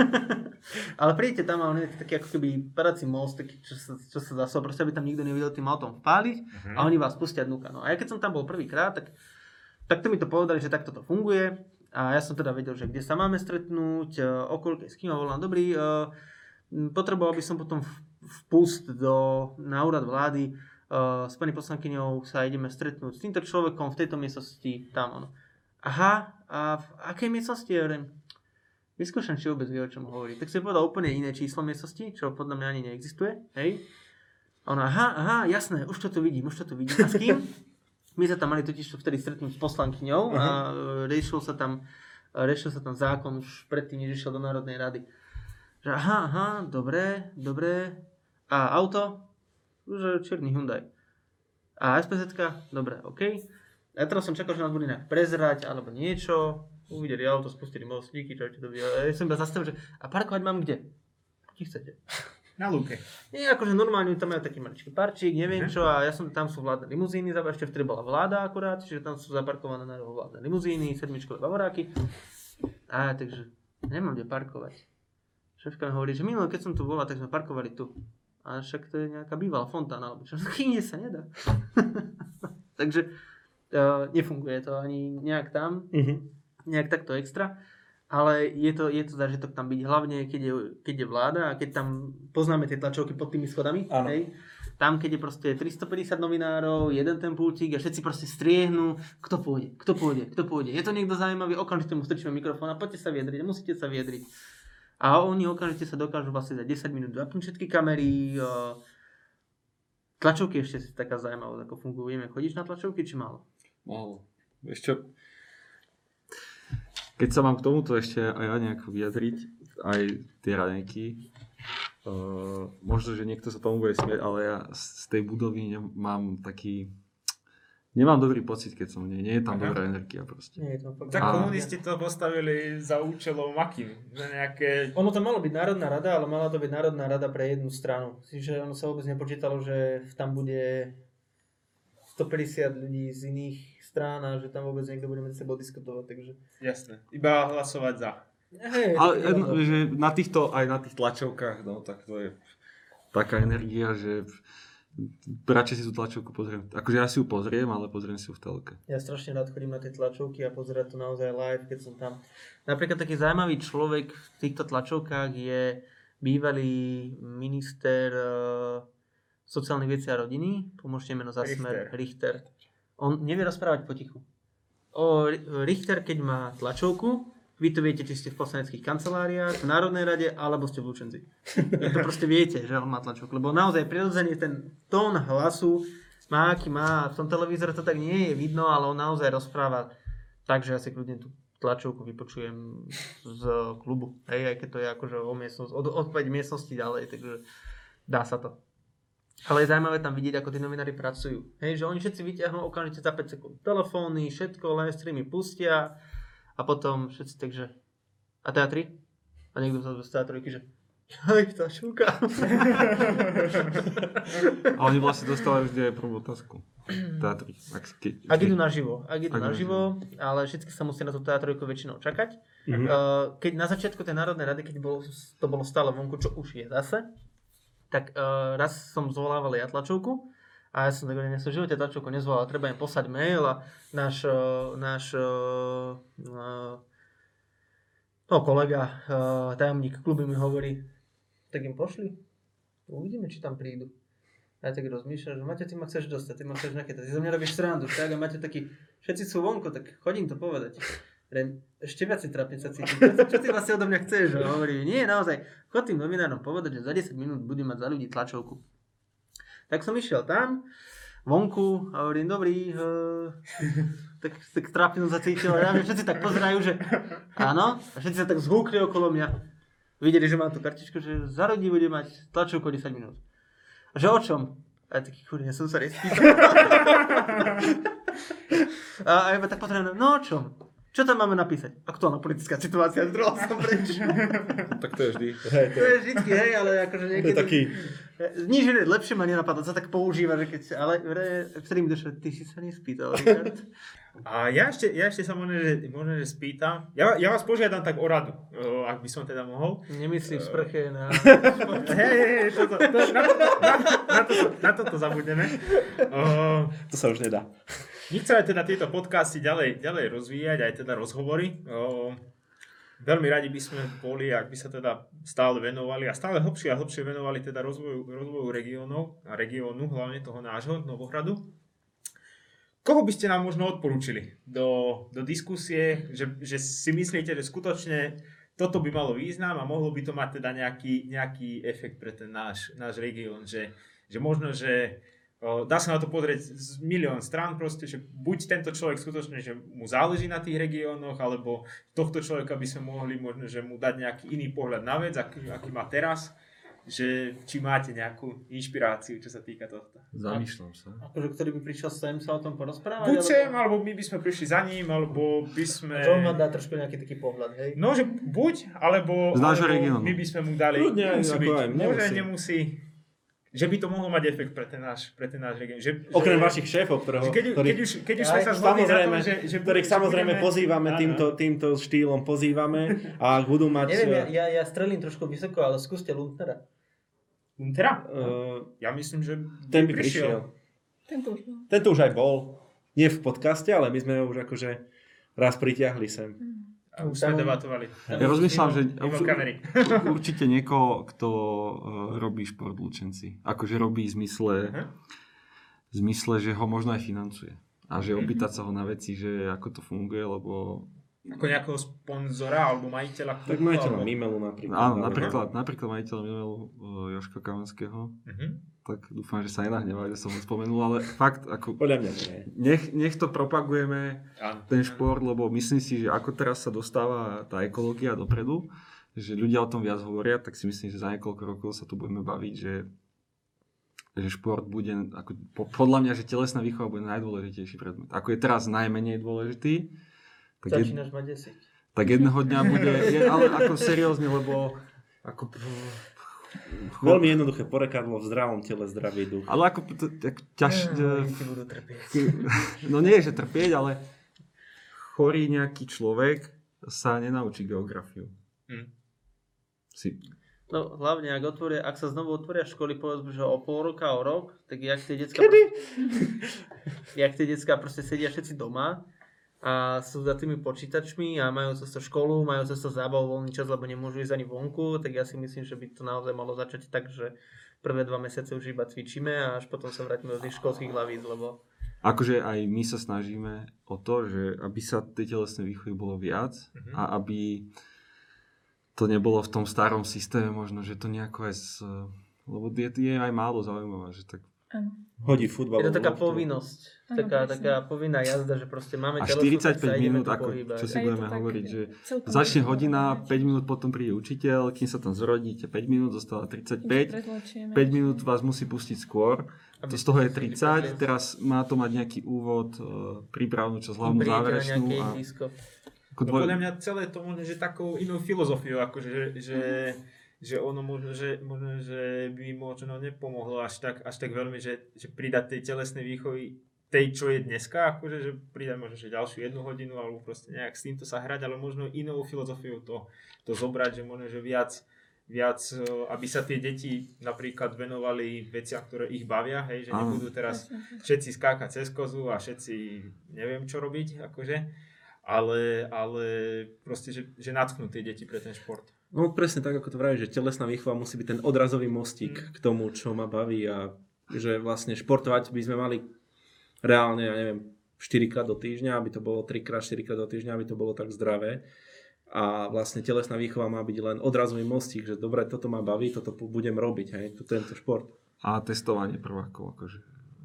Ale prídete tam a on je taký ako keby padací most, taký, čo sa, čo sa zasol, proste aby tam nikto nevidel tým autom vpáliť uh-huh. a oni vás pustia dnuka. No a ja keď som tam bol prvýkrát, tak, tak to mi to povedali, že takto to funguje a ja som teda vedel, že kde sa máme stretnúť, okoľko, s kým ma volám, dobrý, potreboval by som potom vpust do, na úrad vlády. Uh, s pani poslankyňou sa ideme stretnúť s týmto človekom v tejto miestnosti tam ono. Aha, a v akej miestnosti? Ja hovorím, vyskúšam, či vôbec vie, o čom hovorí. Tak si povedal úplne iné číslo miestnosti, čo podľa mňa ani neexistuje. Hej. A ona, aha, aha, jasné, už to tu vidím, už to tu vidím. A s kým? My sa tam mali totiž vtedy stretnúť s poslankyňou a riešil sa tam, riešil sa tam zákon už predtým, než išiel do Národnej rady. Že aha, aha, dobre, dobre. A auto? Že čierny Hyundai. A es pé zetka? Dobre, OK. A teraz som čakal, že nás bude nejak prezerať alebo niečo. Uvideli auto, spustili mostíky, čo to bude. Ja som iba zastavil, že a parkovať mám kde? Kde chcete? Na lúke. Nie, akože normálne tam majú taký maličký parčík, neviem čo, a ja som tam sú vládne limuzíny, ešte vtedy bola vláda akurát, čiže tam sú zaparkované na rohu vládne limuzíny, sedmičkové bavoráky. A takže nemám kde parkovať. Šéfka mi hovorí, že minulé, keď som tu bola, tak sme parkovali tu. A však to je nejaká bývalá fontána, alebo čo, inde sa nedá. Takže uh, nefunguje to ani nejak tam, uh-huh. nejak takto extra, ale je to, je to zážitok tam byť, hlavne keď je, keď je vláda a keď tam poznáme tie tlačovky pod tými schodami, hej, tam keď je proste tristopäťdesiat novinárov, jeden ten pultík a všetci proste striehnú, kto pôjde, kto pôjde, kto pôjde, je to niekto zaujímavý, okamžite mu strčíme mikrofón a poďte sa vyjadriť, musíte sa vyjadriť. A oni okamžite sa dokážu vlastne za desať minút zapnúť všetky kamery. Tlačovky ešte si taká zaujímavosť, ako fungujú. Vieme, chodíš na tlačovky, či málo? Málo. Vieš čo? Keď sa mám k tomuto ešte aj ja nejako vyjadriť, aj tie raňajky, uh, možno, že niekto sa tomu bude smieť, ale ja z tej budovy mám taký... Nemám dobrý pocit, keď som nie, nie je tam Aha. dobrá energia proste. Nie je to fakt. Tak komunisti to postavili za účelom akým? Za nejaké... Ono to malo byť Národná rada, ale mala to byť Národná rada pre jednu stranu. Čiže ono sa vôbec nepočítalo, že tam bude stopäťdesiat ľudí z iných strán a že tam vôbec niekto bude medzi sebou diskutovať, takže... Jasné. Iba hlasovať za. Hej, ale no, že na týchto, aj na tých tlačovkách, no tak to je taká energia, že... Radšej si tú tlačovku pozriem. Akože ja si ju pozriem, ale pozriem si ju v telke. Ja strašne rád chodím na tie tlačovky a pozerať to naozaj live, keď som tam. Napríklad taký zaujímavý človek v týchto tlačovkách je bývalý minister uh, sociálnych vecí a rodiny. Pomôžte meno za smer. Richter. On nevie rozprávať potichu. O, Richter, keď má tlačovku, vy to viete, či ste v poslaneckých kanceláriách, v Národnej rade, alebo ste v Lučenci. Vy to proste viete, že on má tlačovku. Lebo naozaj prirodzene ten tón hlasu má, aký má. V tom televízore to tak nie je vidno, ale on naozaj rozpráva tak, že ja si kľudne tú tlačovku vypočujem z klubu. Hej, aj keď to je akože o miestnosť, od, od päť miestností ďalej, takže dá sa to. Ale je zaujímavé tam vidieť, ako tí novinári pracujú. Hej, že oni všetci vyťahnú okamžite za päť sekúnd telefóny, všetko, live streamy pustia. A potom všetci takže... A teatri? A niekto sa z teatrojky, že... Aj, tá šúka. A oni vlastne dostávajú vždy aj prvú otázku. Teatri. Ak, ke, ak idú naživo. Ak idú naživo, ale všetci sa musia na tú teatrojku väčšinou čakať. Mm-hmm. Keď na začiatku tej Národnej rady, keď bolo, to bolo stále vonku, čo už je zase, tak uh, raz som zvolával ja tlačovku. A ja som tak hovoril, že v živote tlačovku nezvolal, treba im poslať mail a náš, náš uh, no, kolega, uh, tajomník klubu mi hovorí, tak im pošli, uvidíme, či tam prídu. A ja tak rozmýšľam, že Maťo, ty ma chceš dostať, ty ma chceš nakýtať, ty zo mňa robíš srandu, tak? A Maťo taký, všetci sú vonku, tak chodím to povedať. Ren, ešte viac si trápne sa cítim, čo ty vlastne odo mňa chceš? A hovorí, nie, naozaj, chod tým novinárom povedať, že za desať minút budem mať za ľudí tlačovku. Tak som išiel tam, vonku a hovorím, dobrý, uh, tak, tak trápne zacítil a ja, všetci tak pozerajú, že áno, a všetci sa tak zhúkli okolo mňa. Videli, že mám tú kartičku, že za rodí bude mať tlačovku desať minút. A že o čom? A ja taký, kurňa, som sa nespýtal. A ja tak potrebujem, no o čom? Čo tam máme napísať? Aktuálna politická situácia, zdrohol som preč. Tak to je vždy. Hej, To je vždycky, hej, ale akože to niekedy... je taký... Nič iné, lepšie ma nenapadlo, sa tak používa, že keď... Ale vtedy mi došlo, ty si sa nespýtal, Richard. A ja ešte, ja ešte sa možno, že, možno, že spýtam. Ja, ja vás požiadam tak o radu, o, ak by som teda mohol. Nemyslím v sprche na... Hej, hej, hej, toto, to, na, toto, na, na, toto, na toto zabudneme. O, To sa už nedá. my chceme teda tieto podcasty ďalej, ďalej rozvíjať, aj teda rozhovory. O, veľmi radi by sme boli, ak by sa teda stále venovali a stále hlbšie a hlbšie venovali teda rozvoju, rozvoju regiónov a regiónu, hlavne toho nášho Novohradu. Koho by ste nám možno odporúčili do, do diskusie, že, že si myslíte, že skutočne toto by malo význam a mohlo by to mať teda nejaký, nejaký efekt pre ten náš, náš región, že, že možno, že o, dá sa na to pozrieť z milión strán proste, že buď tento človek skutočne, že mu záleží na tých regiónoch, alebo tohto človeka by sme mohli možno, že mu dať nejaký iný pohľad na vec, aký, aký má teraz, že či máte nejakú inšpiráciu, čo sa týka tohto. Zamýšľam sa. Akože ktorý by prišiel sem sa o tom porozprávať? Buď sem, alebo my by sme prišli za ním, alebo by sme... To má dá trošku nejaký taký pohľad, hej? No, že buď, alebo, Z nášho alebo regiónu. my by sme mu dali... Kľudne, nemusí ako byť, aj, môže, nemusí. nemusí. Že by to mohlo mať efekt pre ten náš, pre ten náš región. Že, Okrem že, vašich šéfov, ktorého, že keď, ktorých, keď, už, keď už Aj, sme sa zhodli na samozrejme, tom, že, že, ktorých že samozrejme budeme- pozývame Áno. týmto, týmto štýlom pozývame a ak budú mať... Neviem, ja, ja, ja strelím trošku vysoko, ale skúste Luntnera. Luntera? Uh, Ja myslím, že ten by prišiel. Tento už bol. Tento už aj bol. Nie v podcaste, ale my sme ho už akože raz pritiahli sem. A už sme Tam- debatovali. Ja rozmýšľam, že Mimo kamery. určite niekoho, kto uh, robí šport v Lučenci. Akože robí v zmysle, Aha. v zmysle, že ho možno aj financuje. A že opýtať sa ho na veci, že ako to funguje, lebo... Ako nejakého sponzora alebo majiteľa klubu. Tak majiteľa alebo- Mimelu napríklad. Áno, alebo- napríklad, napríklad majiteľ Milelu uh, Jožka Kamenského. Mhm. Tak dúfam, že sa nenahnevajú, že som ho spomenul, ale fakt, ako... Podľa mňa nie. Nech, nech to propagujeme, Áno. ten šport, lebo myslím si, že ako teraz sa dostáva tá ekológia dopredu, že ľudia o tom viac hovoria, tak si myslím, že za niekoľko rokov sa tu budeme baviť, že, že šport bude, ako, po, podľa mňa, že telesná výchova bude najdôležitejší predmet. Ako je teraz najmenej dôležitý, tak, jed, Začínaš mať desať. tak jedného dňa bude, je, ale ako seriózne, lebo ako... Veľmi jednoduché porekadlo, v zdravom tele zdravý duch. Ale ako to, tak ťaž... Ti budú trpieť. No nie je, že trpieť, ale chorý nejaký človek sa nenaučí geografiu. Hm. Si... No hlavne, ak, otvoria, ak sa znovu otvoria školy, povedzme, že o pol roka, o rok, tak jak tie decka... Kedy? Jak tie decka proste sedia všetci doma a sú za tými počítačmi a majú cez to školu, majú cez to zábavu, voľný čas, lebo nemôžu ísť ani vonku, tak ja si myslím, že by to naozaj malo začať tak, že prvé dva mesiace už iba cvičíme a až potom sa vrátime do tých školských hlavíc, lebo... Akože aj my sa snažíme o to, že aby sa tej telesnej výchovy bolo viac Mhm. a aby to nebolo v tom starom systéme možno, že to nejako aj z... Lebo je, je aj málo zaujímavé, že tak... Áno. Hodí futbal. Je to taká povinnosť, Áno, taká, presne. taká povinná jazda, že proste máme A telesnú, štyridsaťpäť tak sa ideme minút, tu ako, pohybať. čo si A je budeme to tak, hovoriť, že celkom začne to hodina, pomáhať. päť minút potom príde učiteľ, kým sa tam zrodíte, päť minút, zostáva tridsaťpäť, Pretlačíme. päť minút vás musí pustiť skôr, to z toho je tridsať, teraz má to mať nejaký úvod, e, prípravnú časť, hlavnú Prídete na záverečnú nejaké a ihrisko. ako No dvoj... podľa mňa celé to možno, že takou inou filozofiou, akože, že, že, že ono možno, že, možno, že by možno nepomohlo až tak, až tak veľmi, že, že pridať tej telesnej výchovy tej, čo je dneska, akože, že pridať možno, že ďalšiu jednu hodinu, alebo proste nejak s týmto sa hrať, ale možno inou filozofiou to, to zobrať, že možno, že viac, viac, aby sa tie deti napríklad venovali veciam, ktoré ich bavia, hej, že Áno. nebudú teraz Presne tak. všetci skákať cez kozu a všetci neviem čo robiť, akože, ale, ale proste, že, že natknú tie deti pre ten šport. No presne tak, ako to vravíš, že telesná výchova musí byť ten odrazový mostík Mm. k tomu, čo ma baví a že vlastne športovať by sme mali reálne, ja neviem, štyrikrát do týždňa, aby to bolo trikrát, štyrikrát do týždňa, aby to bolo tak zdravé. A vlastne telesná výchova má byť len odrazový mostík, že dobre, toto ma baví, toto budem robiť, hej, to, tento šport. a testovanie prvákov, akože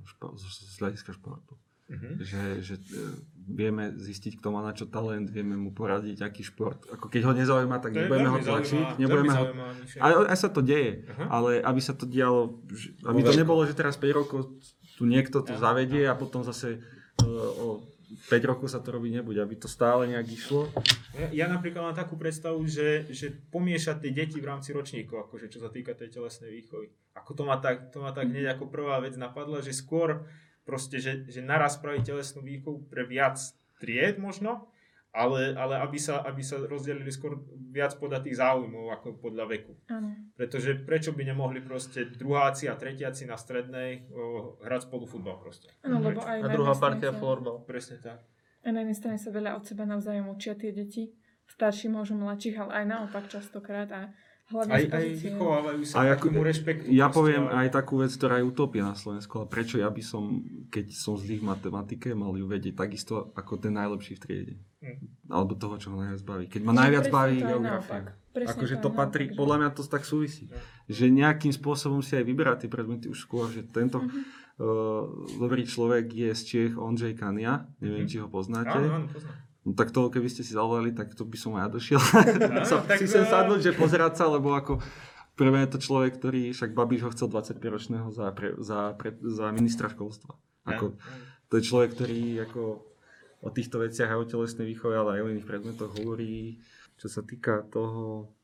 špo, z, z hľadiska športu. Mhm. Že, že vieme zistiť, kto má na čo talent, vieme mu poradiť, aký šport. Ako keď ho nezaujíma, tak To je nebudeme ho veľmi tlačiť. zaujímavá- Nebudeme veľmi ho... zaujímavá myšlienka. Ale aj sa to deje, Aha. ale aby sa to dialo, že- aby to nebolo, že teraz päť rokov tu niekto to Ja, zavedie a potom zase uh, o päť rokov sa to robiť nebude, aby to stále nejak išlo. Ja, ja napríklad mám takú predstavu, že, že pomiešať tie deti v rámci ročníkov, akože čo sa týka tej telesnej výchovy. Ako to ma tak, to ma tak hneď ako prvá vec napadla, že skôr proste, že, že naraz spraviť telesnú výchovu pre viac tried možno, ale, ale aby, sa, aby sa rozdelili skôr viac podľa tých záujmov ako podľa veku. Áno. Pretože prečo by nemohli proste druháci a tretiaci na strednej o, hrať spolu futbal proste. Áno, lebo aj A na druhá jednej strane partia sa- floorball. Presne tak. A na jednej strane sa veľa od seba navzájom učia tie deti. Starší môžu mladších, ale aj naopak častokrát. A hlavne Aj, z aj pozície... vychovávajú sa Aj k ako- takému rešpektu. Ja proste, poviem ale- aj takú vec, ktorá je utopia na Slovensku, ale prečo ja by som, keď som zlý v matematike, mal ju vedieť takisto ako ten najlepší v triede. Hm. Alebo toho, čo ho najviac baví. Keď ma najviac Presne baví to aj geografia. naopak. Presne Akože aj to naopak, patrí, že- podľa mňa to tak súvisí. No. Že nejakým spôsobom si aj vyberať tie predmety už skôr, že tento Mhm. uh, dobrý človek je z Čiech, Ondřej Kania, neviem, Mhm. či ho poznáte. Áno, áno, poznám. No tak to, keby ste si zavolali, tak to by som aj ja došiel. Áno, sa, tak si to- sem sadnúť, že pozerať sa, lebo ako prvé je to človek, ktorý, však Babiš ho chcel dvadsaťpäťročného za, pre, za, pre, za ministra školstva. Ako, to je človek, ktorý ako o týchto veciach aj o telesnej výchove, ale aj o iných predmetoch hovorí, čo sa týka toho,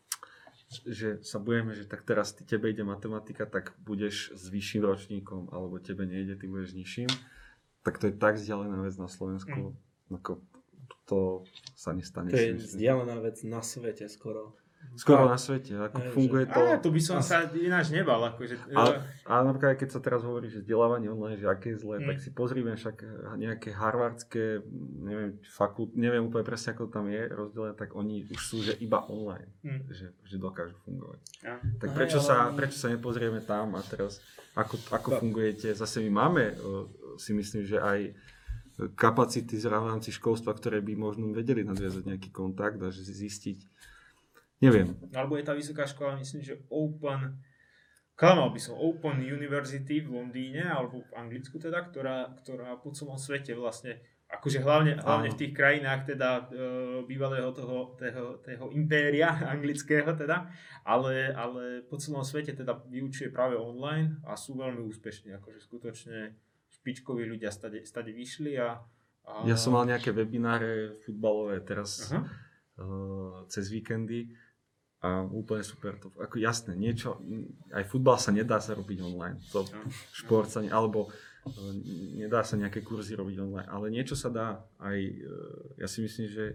že sa budeme, že tak teraz ty, tebe ide matematika, tak budeš s vyšším ročníkom, alebo tebe nejde, ty budeš s nižším. Tak to je tak vzdialená vec na Slovensku, ako to sa nestane. To je si myslím. vzdialená vec na svete skoro. Skoro na svete, ako Hej, funguje že- to. Á, tu by som sa ináč nebal. Akože, A, a napríklad, keď sa teraz hovorí, že vzdelávanie online, že aké je zlé, Mm. tak si pozrime však nejaké harvardské, neviem, fakult, neviem úplne presne, ako to tam je rozdelené, tak oni už sú, že iba online, Mm. že, že dokážu fungovať. Ja. Tak Aj, prečo, ale- sa, prečo sa nepozrieme tam a teraz, ako, ako Tak. fungujete? Zase my máme, o, si myslím, že aj kapacity v rámci školstva, ktoré by možno vedeli nadviazať nejaký kontakt a že zistiť, neviem. Alebo je tá vysoká škola, myslím, že Open, klamal by som, Open University v Londýne, alebo v Anglicku teda, ktorá, ktorá po celom svete vlastne, akože hlavne, hlavne v tých krajinách teda e, bývalého toho, toho, toho impéria anglického teda, ale, ale po celom svete teda vyučuje práve online a sú veľmi úspešní, akože skutočne špičkoví ľudia stade, stade vyšli a, a... Ja som mal nejaké webináre futbalové teraz Aha. uh, cez víkendy a úplne super to. Ako jasné, niečo, aj futbal sa nedá sa robiť online. To No. šport sa, ne, alebo uh, nedá sa nejaké kurzy robiť online, ale niečo sa dá. Aj, uh, ja si myslím, že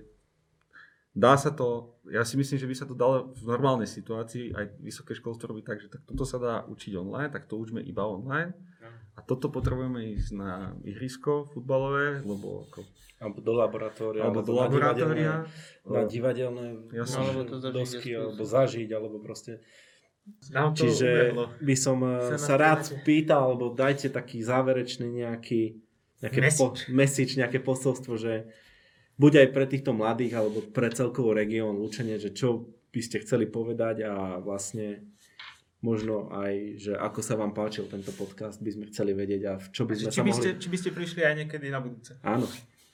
dá sa to, ja si myslím, že by sa to dalo v normálnej situácii, aj vysoké školstvo robiť tak, že tak toto sa dá učiť online, tak to učme iba online. A toto potrebujeme ísť na ihrisko futbalové, lebo ako, Alebo do laboratória. alebo do na laboratória. divadelné- Na divadelné Jasné. no, Alebo to zažiť dosky, exkluzívne. alebo zažiť, alebo proste. Nám to Čiže ubehlo. by som eh, Sa sa na rád internete. pýtal, alebo dajte taký záverečný nejaký nejaké Message. po, message, nejaké posolstvo, že buď aj pre týchto mladých, alebo pre celkový región Lučenie, že čo by ste chceli povedať a vlastne možno aj, že ako sa vám páčil tento podcast, by sme chceli vedieť a v čo by sme Či sa by, mohli... ste, či by ste prišli aj niekedy na budúce? Áno.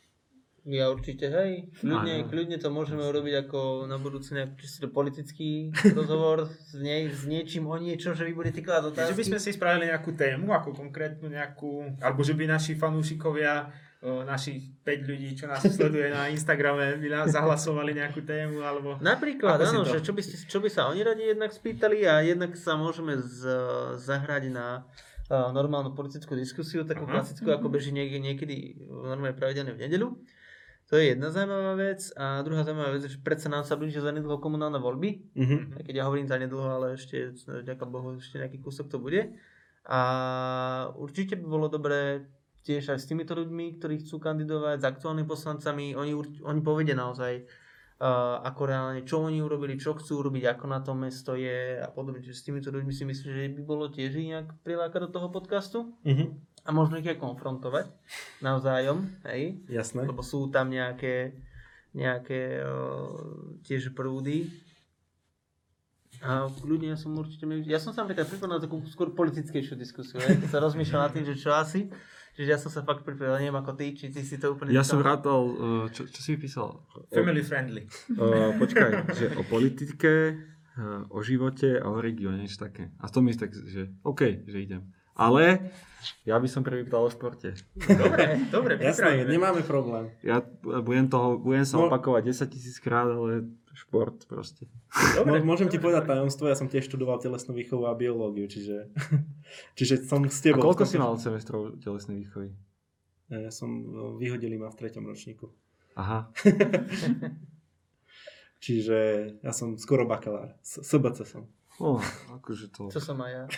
Ja určite, hej. Kľudne, Áno. kľudne to môžeme urobiť ako na budúci nejaký čisto politický rozhovor s, nej, s niečím o niečom, že vy budete klásť otázky. Že by sme si spravili nejakú tému, ako konkrétnu nejakú, alebo že by naši fanúšikovia, o, našich päť ľudí, čo nás sleduje na Instagrame, by nás zahlasovali nejakú tému, alebo... Napríklad, Ako si áno, to? že čo by, ste, čo by sa oni radi jednak spýtali a jednak sa môžeme z, zahrať na uh, normálnu politickú diskusiu, takú Aha. klasickú, ako beží niek- niekedy normálne pravidelne v nedeľu. To je jedna zaujímavá vec a druhá zaujímavá vec je, že predsa nám sa blížia zanedlho komunálne voľby. Mhm. Aj keď ja hovorím zanedlho, ale ešte, ďaká Bohu, ešte nejaký kúsok to bude. A určite by bolo dobré tiež aj s týmito ľuďmi, ktorí chcú kandidovať, s aktuálnymi poslancami, oni, urč- oni povedia naozaj, uh, ako reálne, čo oni urobili, čo chcú urobiť, ako na tom mesto je a podobne. Čiže s týmito ľuďmi si myslím, že by bolo tiež ich nejak prilákať do toho podcastu Mhm. a možno ich aj konfrontovať navzájom, hej? Jasné. Lebo sú tam nejaké, nejaké uh, tiež prúdy. A ľudia som určite... Ja som sa napríklad pripravil na takú skôr politickejšiu diskusiu, ne? Keď sa rozmýšľal nad tým, že čo asi. Čiže ja som sa fakt pripravil, neviem ako ty, či ty si to úplne... Ja čítal. som rátal, uh, čo, čo si vypísal? Family friendly. Uh, počkaj, že o politike, uh, o živote a o regióne, niečo také. A to mi tak, že OK, že idem. Ale ja by som prvý pýtal o športe. Dobre, dobre, Jasné, pripravíme. nemáme problém. Ja budem, toho, budem sa No. opakovať desaťtisíc krát, ale šport proste. Dobre, Môžem ti dobre, povedať dobre. tajomstvo, ja som tiež študoval telesnú výchovu a biológiu, čiže, čiže som s A tebou. koľko si mal semestrov telesnej výchovy? Ja som, vyhodili ma v treťom ročníku. Aha. Čiže ja som skoro bakalár. S- SBC som. Oh, akože to... Čo som aj ja.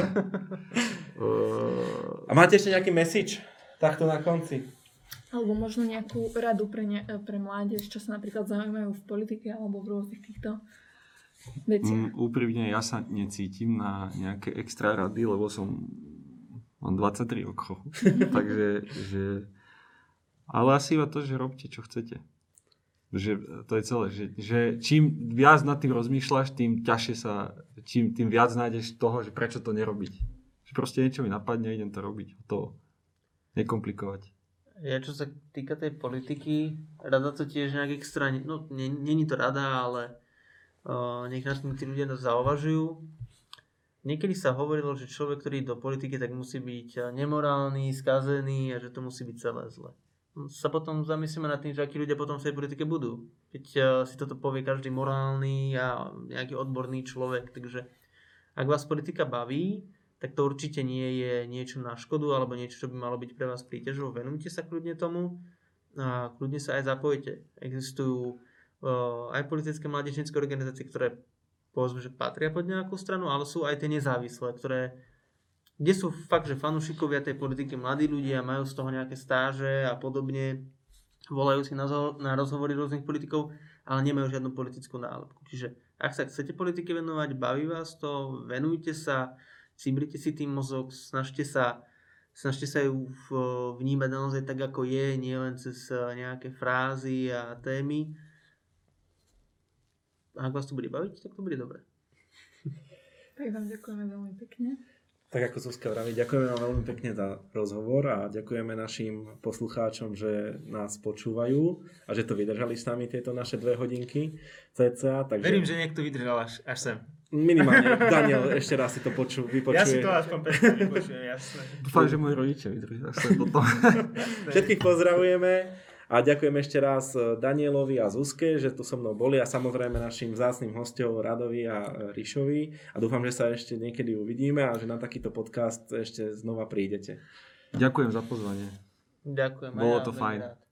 Uh, A máte ešte nejaký message? Takto na konci. Alebo možno nejakú radu pre, ne, pre mládež, čo sa napríklad zaujímajú v politike alebo v rôznych týchto veciach. mm, úprimne ja sa necítim na nejaké extra rady, lebo som... Mám dvadsaťtri rokov. Takže... Že, ale asi iba to, že robte, čo chcete. Že to je celé, že, že čím viac nad tým rozmýšľaš, tým ťažšie sa, čím, tým viac nájdeš toho, že prečo to nerobiť. Že proste niečo mi napadne, idem to robiť. To nekomplikovať. Ja čo sa týka tej politiky, rada to tiež nejak extra, no není to rada, ale uh, nech nad tým tí ľudia zauvažujú. Niekedy sa hovorilo, že človek, ktorý ide do politiky, tak musí byť nemorálny, skazený a že to musí byť celé zle. Sa potom zamyslíme nad tým, že akí ľudia potom v tej politike budú. Keď uh, si toto povie každý morálny a nejaký odborný človek, takže ak vás politika baví, tak to určite nie je niečo na škodu alebo niečo, čo by malo byť pre vás príťažou. Venujte sa kľudne tomu a kľudne sa aj zapojite. Existujú uh, aj politické mládežnícke organizácie, ktoré povedzme, že patria pod nejakú stranu, ale sú aj tie nezávislé, ktoré kde sú fakt, že fanúšikovia tej politiky, mladí ľudia, majú z toho nejaké stáže a podobne, volajú si na, zo- na rozhovory rôznych politikov, ale nemajú žiadnu politickú nálepku. Čiže ak sa chcete politike venovať, baví vás to, venujte sa, cibrite si tým mozog, snažte sa, snažte sa ju v- vnímať naozaj tak, ako je, nie len cez nejaké frázy a témy. A ak vás to bude baviť, tak to bude dobré. Tak vám ďakujeme veľmi pekne. Tak ako Zuzka vraví, ďakujeme vám veľmi pekne za rozhovor a ďakujeme našim poslucháčom, že nás počúvajú a že to vydržali s nami tieto naše dve hodinky cca. Takže Verím, že niekto vydržal až, až sem. minimálne Daniel ešte raz si to poču, vypočuje. Ja si to aspoň pekne vypočujem, jasné. Dúfam, že moji rodičia vydržia sa potom. Všetkých pozdravujeme a ďakujem ešte raz Danielovi a Zuzke, že tu so mnou boli a samozrejme našim vzácnym hosťom Radovi a Ríšovi a dúfam, že sa ešte niekedy uvidíme a že na takýto podcast ešte znova prídete. Ďakujem za pozvanie. Ďakujem. aj Bolo ja to veľmi fajn. rád.